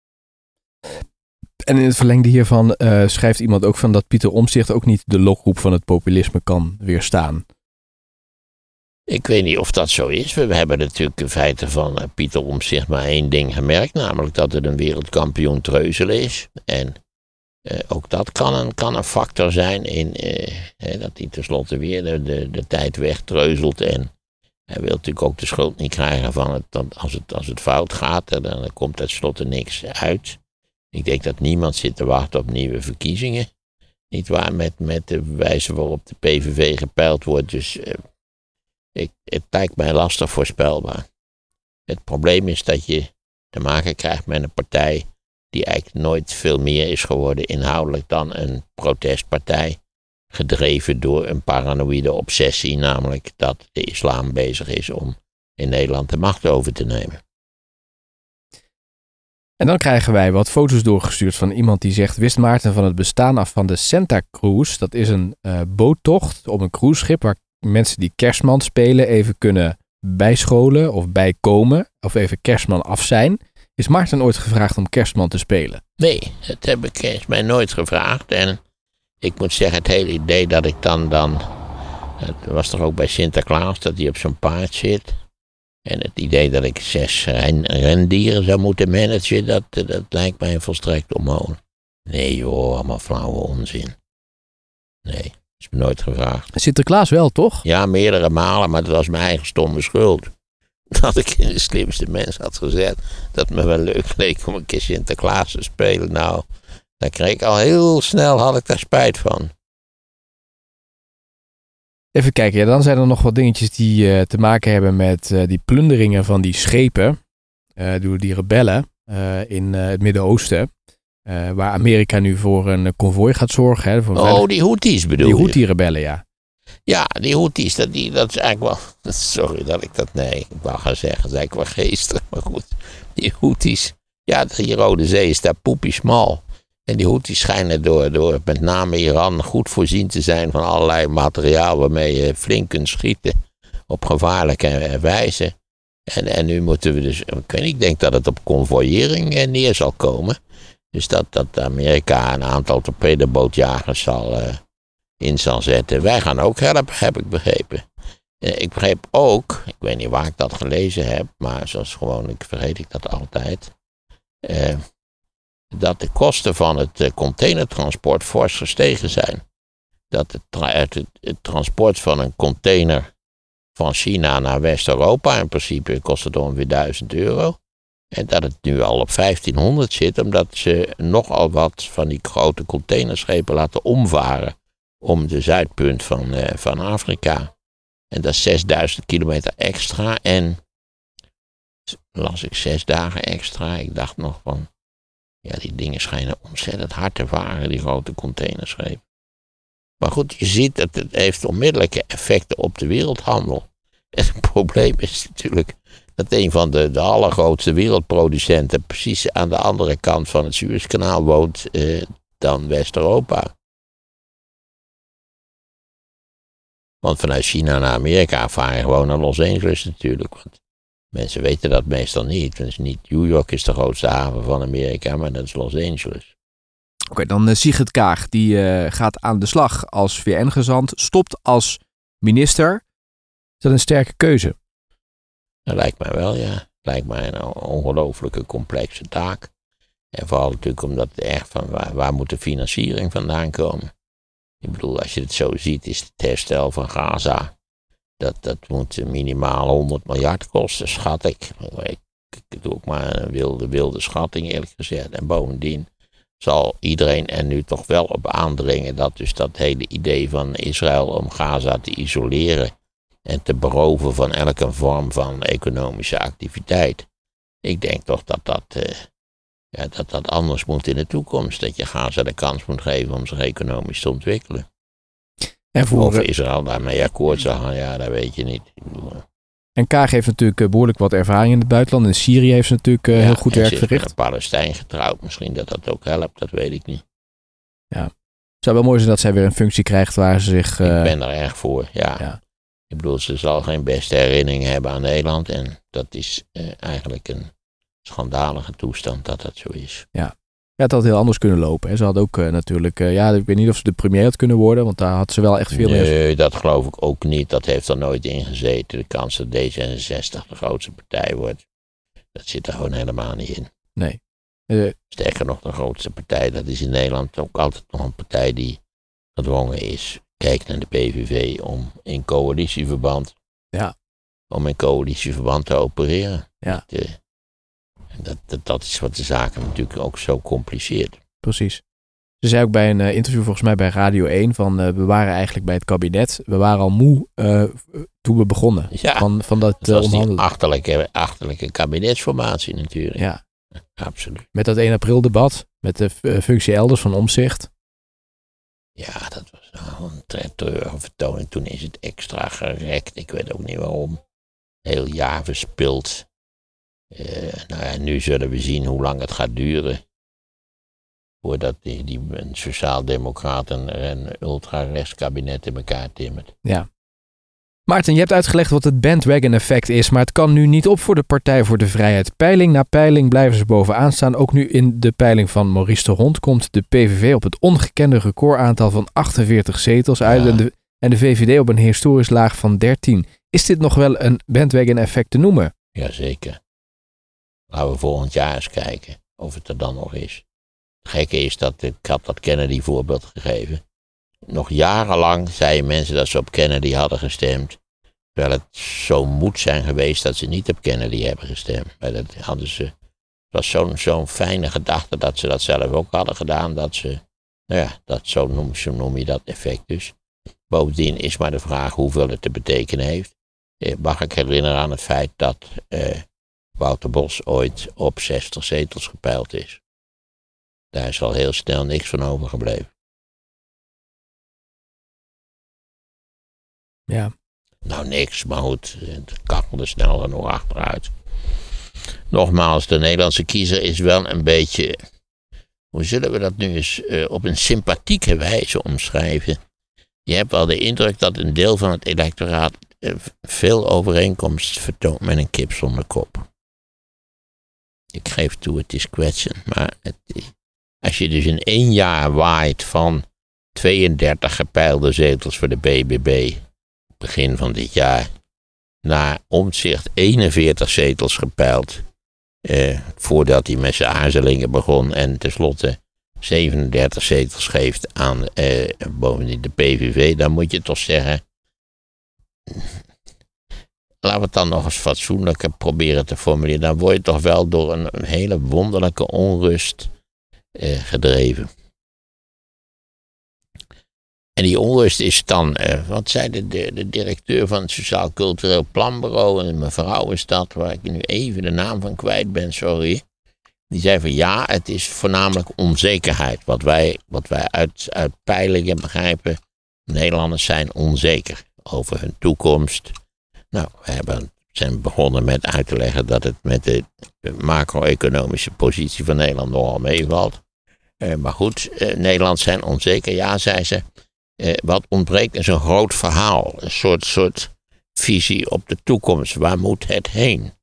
En in het verlengde hiervan schrijft iemand ook van dat Pieter Omtzigt ook niet de lokroep van het populisme kan weerstaan. Ik weet niet of dat zo is. We hebben natuurlijk in feite van Pieter Omtzigt maar één ding gemerkt, namelijk dat het een wereldkampioen treuzelen is. En ook dat kan een factor zijn in dat hij tenslotte weer de tijd wegtreuzelt. En hij wil natuurlijk ook de schuld niet krijgen van het, als het fout gaat, dan komt tenslotte niks uit. Ik denk dat niemand zit te wachten op nieuwe verkiezingen. Niet waar, met de wijze waarop de PVV gepeild wordt. Dus het lijkt mij lastig voorspelbaar. Het probleem is dat je te maken krijgt met een partij die eigenlijk nooit veel meer is geworden inhoudelijk dan een protestpartij. Gedreven door een paranoïde obsessie, namelijk dat de islam bezig is om in Nederland de macht over te nemen. En dan krijgen wij wat foto's doorgestuurd van iemand die zegt, wist Maarten van het bestaan af van de Santa Cruise? Dat is een boottocht op een cruiseschip waar mensen die kerstman spelen even kunnen bijscholen of bijkomen of even kerstman af zijn. Is Maarten ooit gevraagd om kerstman te spelen? Nee, dat is mij nooit gevraagd. En ik moet zeggen, het hele idee dat ik dan het was toch ook bij Sinterklaas dat hij op zo'n paard zit. En het idee dat ik 6 rendieren zou moeten managen, dat lijkt mij volstrekt onmogelijk. Nee joh, allemaal flauwe onzin. Nee, is me nooit gevraagd. Sinterklaas wel, toch? Ja, meerdere malen, maar dat was mijn eigen stomme schuld. Dat ik in de slimste mens had gezet. Dat me wel leuk leek om een keer Sinterklaas te spelen. Nou, daar kreeg ik al heel snel, had ik daar spijt van. Even kijken, ja, dan zijn er nog wat dingetjes die te maken hebben met die plunderingen van die schepen door die rebellen in het Midden-Oosten. Waar Amerika nu voor een konvooi gaat zorgen. Hè, die Houthis bedoel je? Die Houthi-rebellen, ja. Ja, die Houthis, dat is eigenlijk wel... Sorry dat ik dat... Nee, ik wou gaan zeggen, dat is eigenlijk wel geestig, maar goed. Die Houthis, ja, die Rode Zee is daar poepie smal. En die Houthis schijnen door met name Iran goed voorzien te zijn van allerlei materiaal waarmee je flink kunt schieten op gevaarlijke wijze. En nu moeten we dus, ik denk dat het op convoyering neer zal komen. Dus dat Amerika een aantal torpedobootjagers in zal zetten. Wij gaan ook helpen, heb ik begrepen. Ik begreep ook, ik weet niet waar ik dat gelezen heb, maar zoals gewoonlijk vergeet ik dat altijd. Dat de kosten van het containertransport fors gestegen zijn. Dat het transport van een container van China naar West-Europa in principe kost het ongeveer €1000. En dat het nu al op 1500 zit, omdat ze nogal wat van die grote containerschepen laten omvaren om de zuidpunt van Afrika. En dat is 6000 kilometer extra en las ik 6 dagen extra. Ik dacht nog van, ja, die dingen schijnen ontzettend hard te varen, die grote containerschepen. Maar goed, je ziet dat het heeft onmiddellijke effecten op de wereldhandel. En het probleem is natuurlijk dat een van de allergrootste wereldproducenten precies aan de andere kant van het Suezkanaal woont dan West-Europa. Want vanuit China naar Amerika varen gewoon naar Los Angeles natuurlijk. Want mensen weten dat meestal niet. Dus niet New York is de grootste haven van Amerika, maar dat is Los Angeles. Oké, dan Sigrid Kaag. Die gaat aan de slag als VN-gezant. Stopt als minister. Is dat een sterke keuze? Dat lijkt mij wel, ja. Lijkt mij een ongelooflijke complexe taak. En vooral natuurlijk omdat het echt van waar moet de financiering vandaan komen. Ik bedoel, als je het zo ziet, is het herstel van Gaza. Dat moet minimaal 100 miljard kosten, schat ik. Ik doe ook maar een wilde schatting, eerlijk gezegd. En bovendien zal iedereen er nu toch wel op aandringen dat dus dat hele idee van Israël om Gaza te isoleren en te beroven van elke vorm van economische activiteit. Ik denk toch dat anders moet in de toekomst. Dat je Gaza de kans moet geven om zich economisch te ontwikkelen. En Of Israël daarmee akkoord zal gaan, ja, dat weet je niet. En Kaag heeft natuurlijk behoorlijk wat ervaring in het buitenland. In Syrië heeft ze natuurlijk heel goed werk verricht. Met een Palestijn getrouwd, misschien dat ook helpt, dat weet ik niet. Ja. Het zou wel mooi zijn dat zij weer een functie krijgt waar ze zich... Ik ben er erg voor, ja. Ik bedoel, ze zal geen beste herinnering hebben aan Nederland. En dat is eigenlijk een schandalige toestand dat zo is. Ja. Ja, het had heel anders kunnen lopen. Hè. Ze had ook natuurlijk... ik weet niet of ze de premier had kunnen worden, want daar had ze wel echt veel meer... Nee, dat geloof ik ook niet. Dat heeft er nooit in gezeten. De kans dat D66 de grootste partij wordt, dat zit er gewoon helemaal niet in. Nee. Sterker nog, de grootste partij, dat is in Nederland ook altijd nog een partij die gedwongen is. Kijk naar de PVV om in coalitieverband te opereren. Ja. Dat is wat de zaken natuurlijk ook zo compliceert. Precies. Ze zei ook bij een interview volgens mij bij Radio 1 van we waren eigenlijk bij het kabinet. We waren al moe toen we begonnen. Ja, van dat was onderhandelen. die achterlijke kabinetsformatie natuurlijk. Ja. Absoluut. Met dat 1 april debat. Met de functie elders van Omtzigt. Ja, dat was nou een treurige vertoning. Toen is het extra gerekt. Ik weet ook niet waarom. Heel jaar verspild. Nu zullen we zien hoe lang het gaat duren. Voordat die sociaaldemocraten een ultra-rechts kabinet in elkaar timmert. Ja. Maarten, je hebt uitgelegd wat het bandwagon-effect is, maar het kan nu niet op voor de Partij voor de Vrijheid. Peiling na peiling blijven ze bovenaan staan. Ook nu in de peiling van Maurice de Hond komt de PVV op het ongekende recordaantal van 48 zetels uit en de VVD op een historisch laag van 13. Is dit nog wel een bandwagon-effect te noemen? Jazeker. Laten we volgend jaar eens kijken of het er dan nog is. Het gekke is dat, ik had dat Kennedy voorbeeld gegeven. Nog jarenlang zeiden mensen dat ze op Kennedy hadden gestemd. Terwijl het zo moet zijn geweest dat ze niet op Kennedy hebben gestemd. Maar dat hadden ze, het was zo'n fijne gedachte dat ze dat zelf ook hadden gedaan. Dat ze, zo noem je dat effect dus. Bovendien is maar de vraag hoeveel het te betekenen heeft. Mag ik herinneren aan het feit dat Wouter Bos ooit op 60 zetels gepeild is. Daar is al heel snel niks van overgebleven. Ja. Nou, niks, maar goed, het kakkelde snel er nog achteruit. Nogmaals, de Nederlandse kiezer is wel een beetje, hoe zullen we dat nu eens op een sympathieke wijze omschrijven? Je hebt wel de indruk dat een deel van het electoraat veel overeenkomst vertoont met een kip zonder kop. Ik geef toe, het is kwetsend, maar als je dus in 1 jaar waait van 32 gepeilde zetels voor de BBB, begin van dit jaar, naar Omtzigt 41 zetels gepeild, voordat hij met zijn aarzelingen begon en tenslotte 37 zetels geeft aan bovendien de PVV, dan moet je toch zeggen, laten we het dan nog eens fatsoenlijker proberen te formuleren. Dan word je toch wel door een hele wonderlijke onrust gedreven. En die onrust is dan, wat zei de directeur van het Sociaal Cultureel Planbureau, en mevrouw is dat, waar ik nu even de naam van kwijt ben, sorry. Die zei van ja, het is voornamelijk onzekerheid. Wat wij uit peilingen begrijpen, Nederlanders zijn onzeker over hun toekomst. Nou, we zijn begonnen met uit te leggen dat het met de macro-economische positie van Nederland nogal meevalt. Maar goed, Nederlanders zijn onzeker. Ja, zei ze. Wat ontbreekt is een groot verhaal. Een soort visie op de toekomst. Waar moet het heen?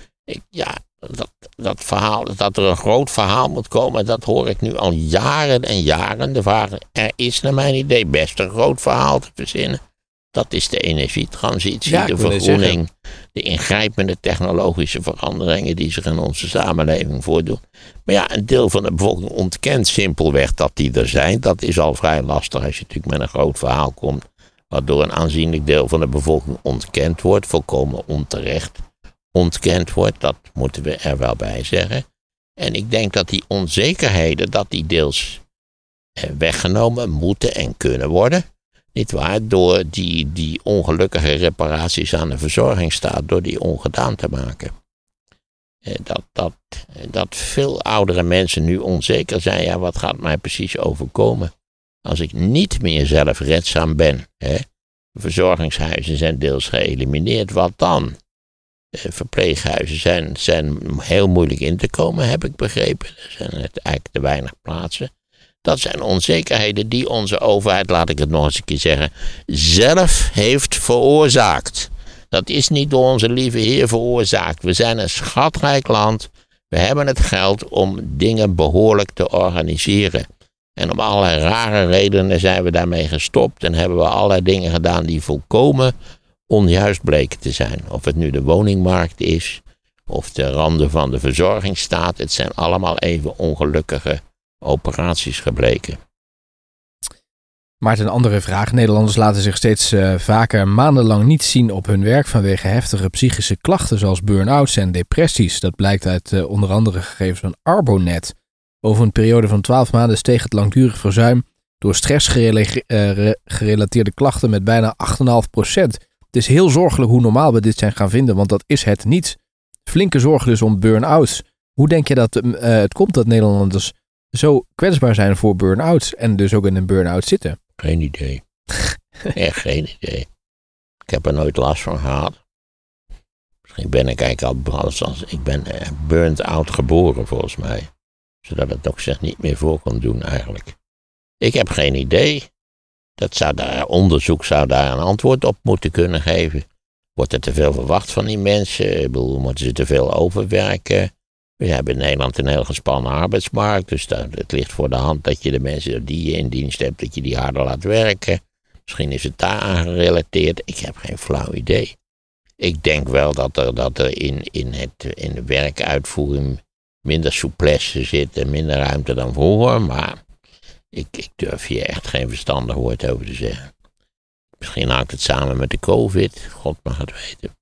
Dat verhaal, dat er een groot verhaal moet komen, dat hoor ik nu al jaren en jaren. De vraag, er is naar mijn idee best een groot verhaal te verzinnen. Dat is de energietransitie, de vergroening, de ingrijpende technologische veranderingen die zich in onze samenleving voordoen. Maar ja, een deel van de bevolking ontkent simpelweg dat die er zijn. Dat is al vrij lastig als je natuurlijk met een groot verhaal komt, waardoor een aanzienlijk deel van de bevolking ontkend wordt, volkomen onterecht ontkend wordt. Dat moeten we er wel bij zeggen. En ik denk dat die onzekerheden, dat die deels weggenomen moeten en kunnen worden. Niet waar, door die ongelukkige reparaties aan de verzorgingsstaat, door die ongedaan te maken. Dat veel oudere mensen nu onzeker zijn, ja, wat gaat mij precies overkomen? Als ik niet meer zelfredzaam ben, hè? Verzorgingshuizen zijn deels geëlimineerd, wat dan? Verpleeghuizen zijn heel moeilijk in te komen, heb ik begrepen. Er zijn eigenlijk te weinig plaatsen. Dat zijn onzekerheden die onze overheid, laat ik het nog eens een keer zeggen, zelf heeft veroorzaakt. Dat is niet door onze lieve Heer veroorzaakt. We zijn een schatrijk land. We hebben het geld om dingen behoorlijk te organiseren. En om allerlei rare redenen zijn we daarmee gestopt en hebben we allerlei dingen gedaan die volkomen onjuist bleken te zijn. Of het nu de woningmarkt is, of de randen van de verzorgingsstaat. Het zijn allemaal even ongelukkige operaties gebleken. Maarten, een andere vraag. Nederlanders laten zich steeds vaker maandenlang niet zien op hun werk vanwege heftige psychische klachten zoals burn-outs en depressies. Dat blijkt uit onder andere gegevens van Arbonet. Over een periode van 12 maanden steeg het langdurig verzuim door stressgerelateerde klachten met bijna 8,5%. Het is heel zorgelijk hoe normaal we dit zijn gaan vinden, want dat is het niet. Flinke zorgen dus om burn-outs. Hoe denk je dat het komt dat Nederlanders zo kwetsbaar zijn voor burn-outs en dus ook in een burn-out zitten? Geen idee. Echt geen idee. Ik heb er nooit last van gehad. Misschien ben ik eigenlijk ik ben burnt-out geboren volgens mij. Zodat het ook zich niet meer voor kon doen eigenlijk. Ik heb geen idee. Onderzoek zou daar een antwoord op moeten kunnen geven. Wordt er te veel verwacht van die mensen? Ik bedoel, moeten ze te veel overwerken? We hebben in Nederland een heel gespannen arbeidsmarkt. Dus het ligt voor de hand dat je de mensen die je in dienst hebt, dat je die harder laat werken. Misschien is het daar aan gerelateerd. Ik heb geen flauw idee. Ik denk wel dat er in de werkuitvoering minder souplesse zit en minder ruimte dan vroeger. Maar ik durf hier echt geen verstandig woord over te zeggen. Misschien hangt het samen met de COVID. God mag het weten.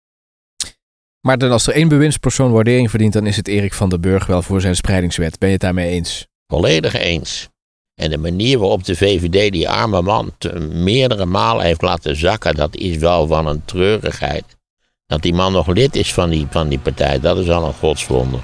Maar als er één bewindspersoon waardering verdient, dan is het Erik van der Burg wel voor zijn spreidingswet. Ben je het daarmee eens? Volledig eens. En de manier waarop de VVD die arme man meerdere malen heeft laten zakken, dat is wel van een treurigheid. Dat die man nog lid is van die partij, dat is al een godswonder.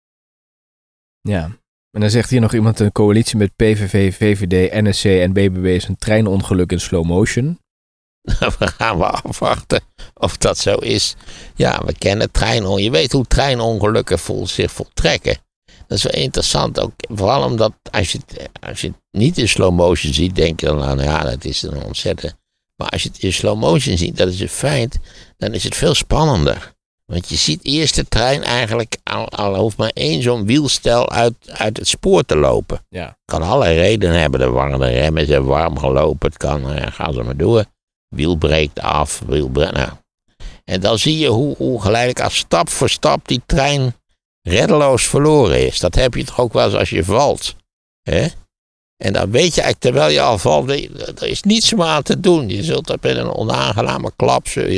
Ja, en dan zegt hier nog iemand, een coalitie met PVV, VVD, NSC en BBB is een treinongeluk in slow motion. We gaan afwachten of dat zo is. Ja, we kennen treinongelukken. Je weet hoe treinongelukken zich voltrekken. Dat is wel interessant ook. Vooral omdat als je het niet in slow motion ziet, denk je dan aan, ja, dat is een ontzettend. Maar als je het in slow motion ziet, dat is een feit, dan is het veel spannender. Want je ziet eerst de trein eigenlijk, al hoeft maar één zo'n wielstel uit het spoor te lopen. Ja. Kan allerlei redenen hebben. De remmen zijn warm gelopen. Het kan, ga ze maar door. Wiel breekt af. Nou. En dan zie je hoe geleidelijk als stap voor stap die trein reddeloos verloren is. Dat heb je toch ook wel eens als je valt. Hè? En dan weet je eigenlijk, terwijl je al valt, er is niets meer aan te doen. Je zult met een onaangename klap, zul je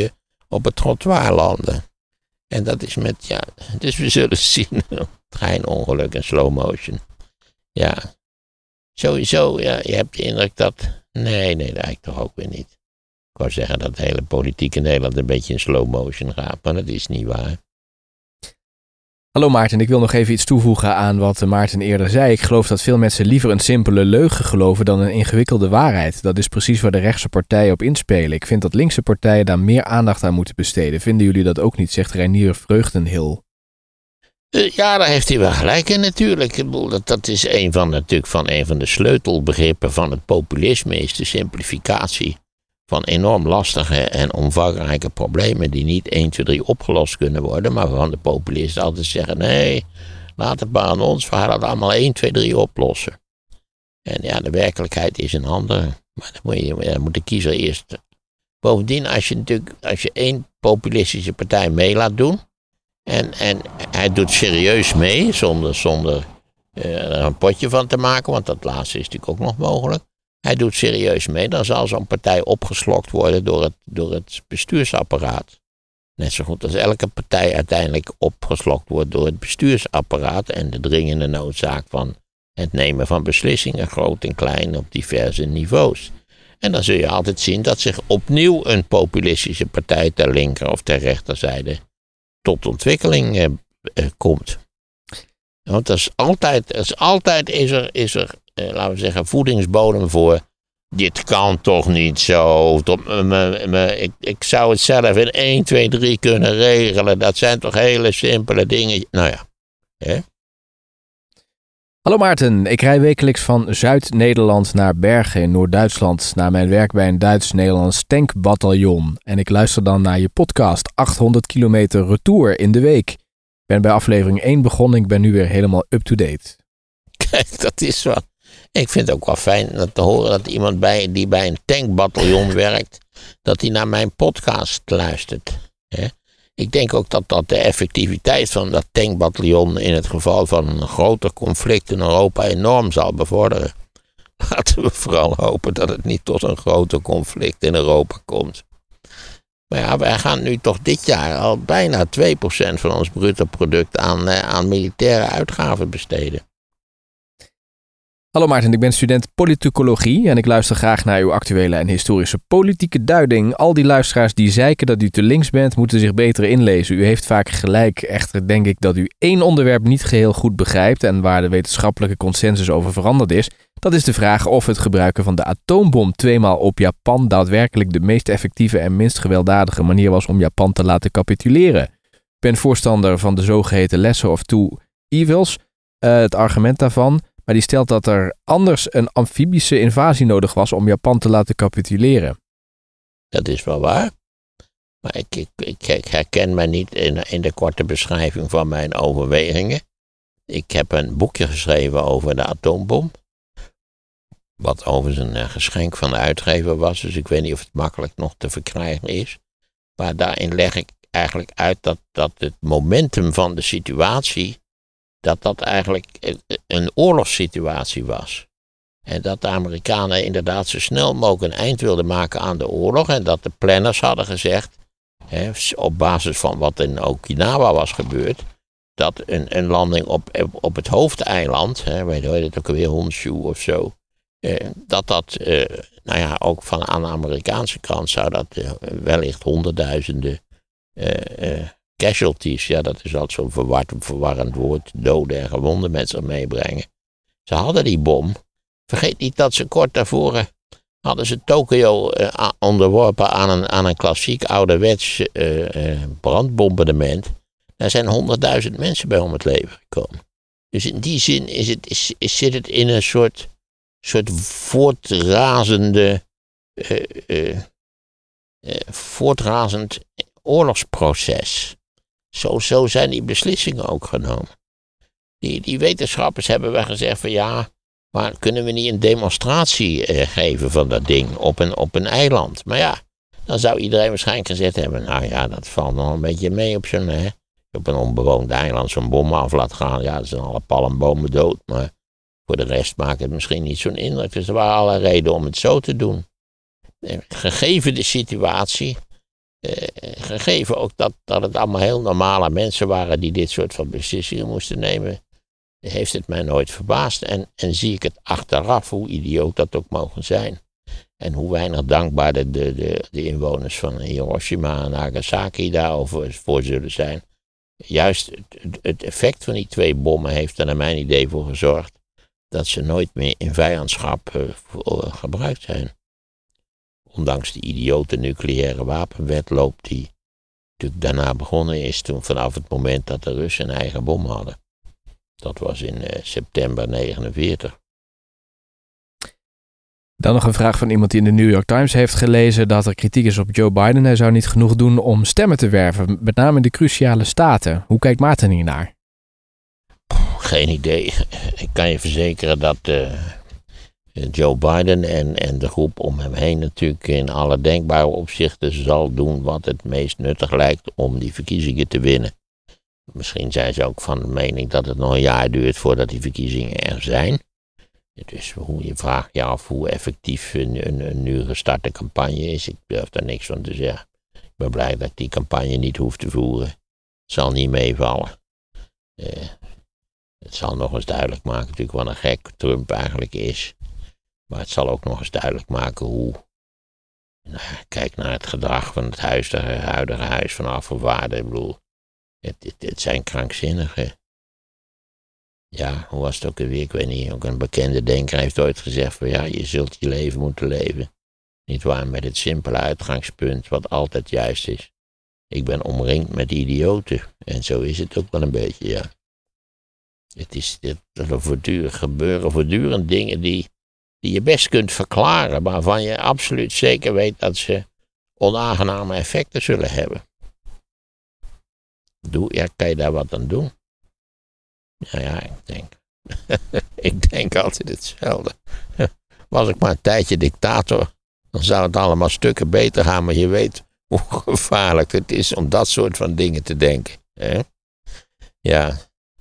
op het trottoir landen. En dat is dus we zullen zien. Treinongeluk en slow motion. Ja. Sowieso, ja, je hebt de indruk dat... Nee, dat eigenlijk toch ook weer niet. Ik wou zeggen dat de hele politiek in Nederland een beetje in slow motion gaat, maar dat is niet waar. Hallo Maarten, ik wil nog even iets toevoegen aan wat Maarten eerder zei. Ik geloof dat veel mensen liever een simpele leugen geloven dan een ingewikkelde waarheid. Dat is precies waar de rechtse partijen op inspelen. Ik vind dat linkse partijen daar meer aandacht aan moeten besteden. Vinden jullie dat ook niet, zegt Reinier Vreugdenhil. Ja, daar heeft hij wel gelijk in natuurlijk. Dat is een van de sleutelbegrippen van het populisme, is de simplificatie van enorm lastige en omvangrijke problemen die niet 1, 2, 3 opgelost kunnen worden, maar waarvan de populisten altijd zeggen, nee, laat het maar aan ons, we gaan het allemaal 1, 2, 3 oplossen. En ja, de werkelijkheid is een andere, maar dan moet de kiezer eerst. Bovendien, als je 1 populistische partij mee laat doen, en hij doet serieus mee, zonder er een potje van te maken, want dat laatste is natuurlijk ook nog mogelijk. Hij doet serieus mee, dan zal zo'n partij opgeslokt worden door het bestuursapparaat. Net zo goed als elke partij uiteindelijk opgeslokt wordt door het bestuursapparaat en de dringende noodzaak van het nemen van beslissingen, groot en klein, op diverse niveaus. En dan zul je altijd zien dat zich opnieuw een populistische partij ter linker of ter rechterzijde tot ontwikkeling komt. Want is er laten we zeggen, voedingsbodem voor. Dit kan toch niet zo. Ik zou het zelf in 1, 2, 3 kunnen regelen. Dat zijn toch hele simpele dingen. Nou ja. Hè? Hallo Maarten, ik rij wekelijks van Zuid-Nederland naar Bergen in Noord-Duitsland naar mijn werk bij een Duits-Nederlands tankbataljon. En ik luister dan naar je podcast 800 kilometer retour in de week. Ik ben bij aflevering 1 begonnen, ik ben nu weer helemaal up-to-date. Kijk, dat is wat. Ik vind het ook wel fijn te horen dat iemand die bij een tankbataljon werkt, dat hij naar mijn podcast luistert. Hè? Ik denk ook dat de effectiviteit van dat tankbataljon in het geval van een groter conflict in Europa enorm zal bevorderen. Laten we vooral hopen dat het niet tot een groter conflict in Europa komt. Maar ja, wij gaan nu toch dit jaar al bijna 2% van ons bruto product aan militaire uitgaven besteden. Hallo Maarten, ik ben student politicologie en ik luister graag naar uw actuele en historische politieke duiding. Al die luisteraars die zeiken dat u te links bent, moeten zich beter inlezen. U heeft vaak gelijk, echter denk ik dat u 1 onderwerp niet geheel goed begrijpt en waar de wetenschappelijke consensus over veranderd is. Dat is de vraag of het gebruiken van de atoombom 2 maal op Japan daadwerkelijk de meest effectieve en minst gewelddadige manier was om Japan te laten capituleren. Ik ben voorstander van de zogeheten lesser of two evils, het argument daarvan. Maar die stelt dat er anders een amfibische invasie nodig was om Japan te laten capituleren. Dat is wel waar. Maar ik herken mij niet in de korte beschrijving van mijn overwegingen. Ik heb een boekje geschreven over de atoombom. Wat overigens een geschenk van de uitgever was. Dus ik weet niet of het makkelijk nog te verkrijgen is. Maar daarin leg ik eigenlijk uit dat het momentum van de situatie, dat eigenlijk een oorlogssituatie was. En dat de Amerikanen inderdaad zo snel mogelijk een eind wilden maken aan de oorlog. En dat de planners hadden gezegd, op basis van wat in Okinawa was gebeurd, dat een landing op het hoofdeiland, weet je het ook alweer, Honshu of zo, ook aan de Amerikaanse kant zou dat wellicht honderdduizenden casualties, ja, dat is altijd zo'n verwarrend woord, doden en gewonden met zich meebrengen. Ze hadden die bom. Vergeet niet dat ze kort daarvoor hadden ze Tokio onderworpen aan een klassiek ouderwets brandbombardement. Daar zijn 100.000 mensen bij om het leven gekomen. Dus in die zin zit het in een soort voortrazend oorlogsproces. Zo zijn die beslissingen ook genomen. Die wetenschappers hebben wel gezegd van ja, maar kunnen we niet een demonstratie geven van dat ding op een eiland? Maar ja, dan zou iedereen waarschijnlijk gezegd hebben, nou ja, dat valt nog een beetje mee op op een onbewoond eiland zo'n bom af laat gaan. Ja, er zijn alle palmbomen dood, maar voor de rest maakt het misschien niet zo'n indruk. Dus er waren alle redenen om het zo te doen. Gegeven de situatie Gegeven ook dat het allemaal heel normale mensen waren die dit soort van beslissingen moesten nemen, heeft het mij nooit verbaasd. En zie ik het achteraf, hoe idioot dat ook mogen zijn. En hoe weinig dankbaar de inwoners van Hiroshima en Nagasaki daarover voor zullen zijn. Juist het effect van die 2 bommen heeft er naar mijn idee voor gezorgd dat ze nooit meer in vijandschap gebruikt zijn. Ondanks die idiote nucleaire wapenwetloop die natuurlijk daarna begonnen is toen vanaf het moment dat de Russen een eigen bom hadden. Dat was in september 1949. Dan nog een vraag van iemand die in de New York Times heeft gelezen dat er kritiek is op Joe Biden. Hij zou niet genoeg doen om stemmen te werven, met name in de cruciale staten. Hoe kijkt Maarten hiernaar? Geen idee. Ik kan je verzekeren dat Joe Biden en de groep om hem heen natuurlijk in alle denkbare opzichten zal doen wat het meest nuttig lijkt om die verkiezingen te winnen. Misschien zijn ze ook van de mening dat het nog een jaar duurt voordat die verkiezingen er zijn. Dus je vraagt je af hoe effectief een nu gestarte campagne is. Ik durf daar niks van te zeggen. Ik ben blij dat ik die campagne niet hoef te voeren. Het zal niet meevallen. Het zal nog eens duidelijk maken natuurlijk wat een gek Trump eigenlijk is. Maar het zal ook nog eens duidelijk maken hoe... kijk naar het gedrag van het huidige huis van afgevaardigden. Ik bedoel, het zijn krankzinnigen. Ja, hoe was het ook alweer? Ik weet niet, ook een bekende denker heeft ooit gezegd van ja, je zult je leven moeten leven. Niet waar, met het simpele uitgangspunt wat altijd juist is. Ik ben omringd met idioten. En zo is het ook wel een beetje, ja. Er gebeuren voortdurend dingen die je best kunt verklaren, maar waarvan je absoluut zeker weet dat ze onaangename effecten zullen hebben. Kan je daar wat aan doen? Ja, ik denk altijd hetzelfde. Was ik maar een tijdje dictator, dan zou het allemaal stukken beter gaan, maar je weet hoe gevaarlijk het is om dat soort van dingen te denken. Hè? Ja,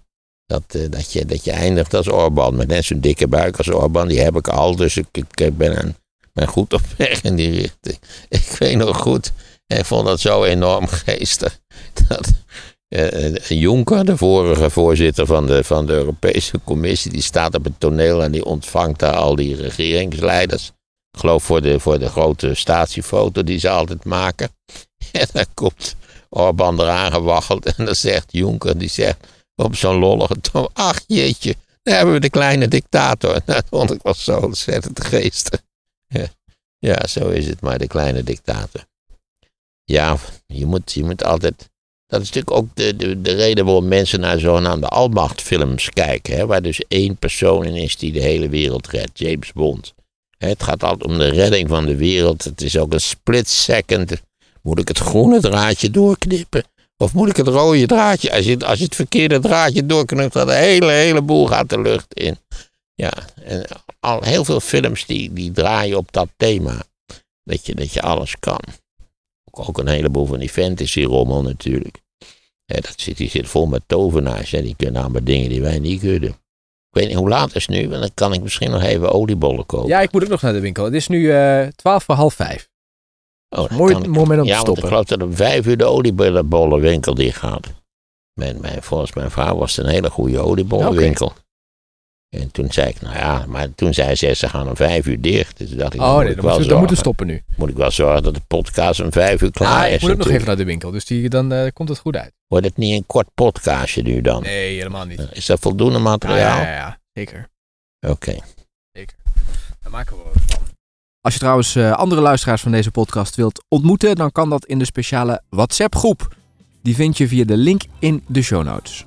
dat je eindigt als Orbán, met net zo'n dikke buik als Orbán, die heb ik al, dus ik ben goed op weg in die richting. Ik weet nog goed, ik vond dat zo enorm geestig, dat Juncker, de vorige voorzitter van de Europese Commissie, die staat op het toneel en die ontvangt daar al die regeringsleiders. Ik geloof voor de grote statiefoto die ze altijd maken. En dan komt Orbán eraan gewaggeld en dan zegt Juncker, die zegt op zo'n lollige toon, ach jeetje, daar hebben we de kleine dictator. Dat vond ik wel zo ontzettend geestig. Ja, zo is het maar, de kleine dictator. Ja, je moet altijd... Dat is natuurlijk ook de reden waarom mensen naar zogenaamde almachtfilms kijken. Hè, waar dus 1 persoon in is die de hele wereld redt. James Bond. Het gaat altijd om de redding van de wereld. Het is ook een split second. Moet ik het groene draadje doorknippen? Of moet ik het rode draadje? Als je het verkeerde draadje doorknipt, dan de hele boel gaat de lucht in. Ja, en al heel veel films die draaien op dat thema. Dat je alles kan. Ook een heleboel van die fantasy-rommel natuurlijk. Ja, die zit vol met tovenaars. Ja, die kunnen allemaal dingen die wij niet kunnen. Ik weet niet hoe laat het is nu, want dan kan ik misschien nog even oliebollen kopen. Ja, ik moet ook nog naar de winkel. Het is nu 5:12. Oh, mooi moment om te stoppen. Want ik geloof dat om 5 uur de oliebollenwinkel dicht gaat. Volgens mijn vrouw was het een hele goede oliebollenwinkel. Okay. En toen zei ik, maar toen zei ze gaan om 5 uur dicht. Dus dacht ik, dan moeten we stoppen nu. Moet ik wel zorgen dat de podcast om 5 uur klaar is. Ik moet ook nog even naar de winkel, dus dan komt het goed uit. Wordt het niet een kort podcastje nu dan? Nee, helemaal niet. Is dat voldoende materiaal? Ja, zeker. Oké. Zeker. Daar maken we wat van. Als je trouwens andere luisteraars van deze podcast wilt ontmoeten, dan kan dat in de speciale WhatsApp groep. Die vind je via de link in de show notes.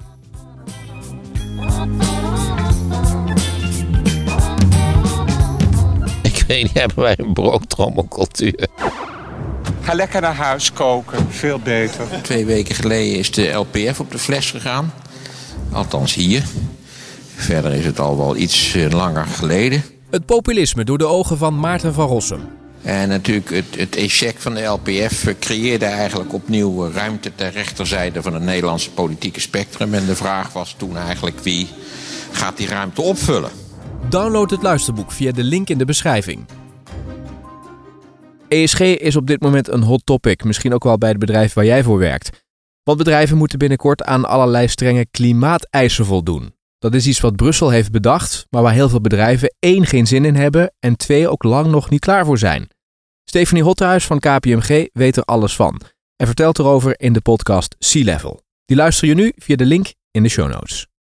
Hebben wij een broodtrommelcultuur. Ga lekker naar huis koken, veel beter. 2 weken geleden is de LPF op de fles gegaan. Althans hier. Verder is het al wel iets langer geleden. Het populisme door de ogen van Maarten van Rossum. En natuurlijk het échec van de LPF creëerde eigenlijk opnieuw ruimte ter rechterzijde van het Nederlandse politieke spectrum. En de vraag was toen eigenlijk wie gaat die ruimte opvullen? Download het luisterboek via de link in de beschrijving. ESG is op dit moment een hot topic, misschien ook wel bij het bedrijf waar jij voor werkt. Want bedrijven moeten binnenkort aan allerlei strenge klimaateisen voldoen. Dat is iets wat Brussel heeft bedacht, maar waar heel veel bedrijven 1 geen zin in hebben en 2 ook lang nog niet klaar voor zijn. Stephanie Hotterhuis van KPMG weet er alles van en vertelt erover in de podcast Sea Level. Die luister je nu via de link in de show notes.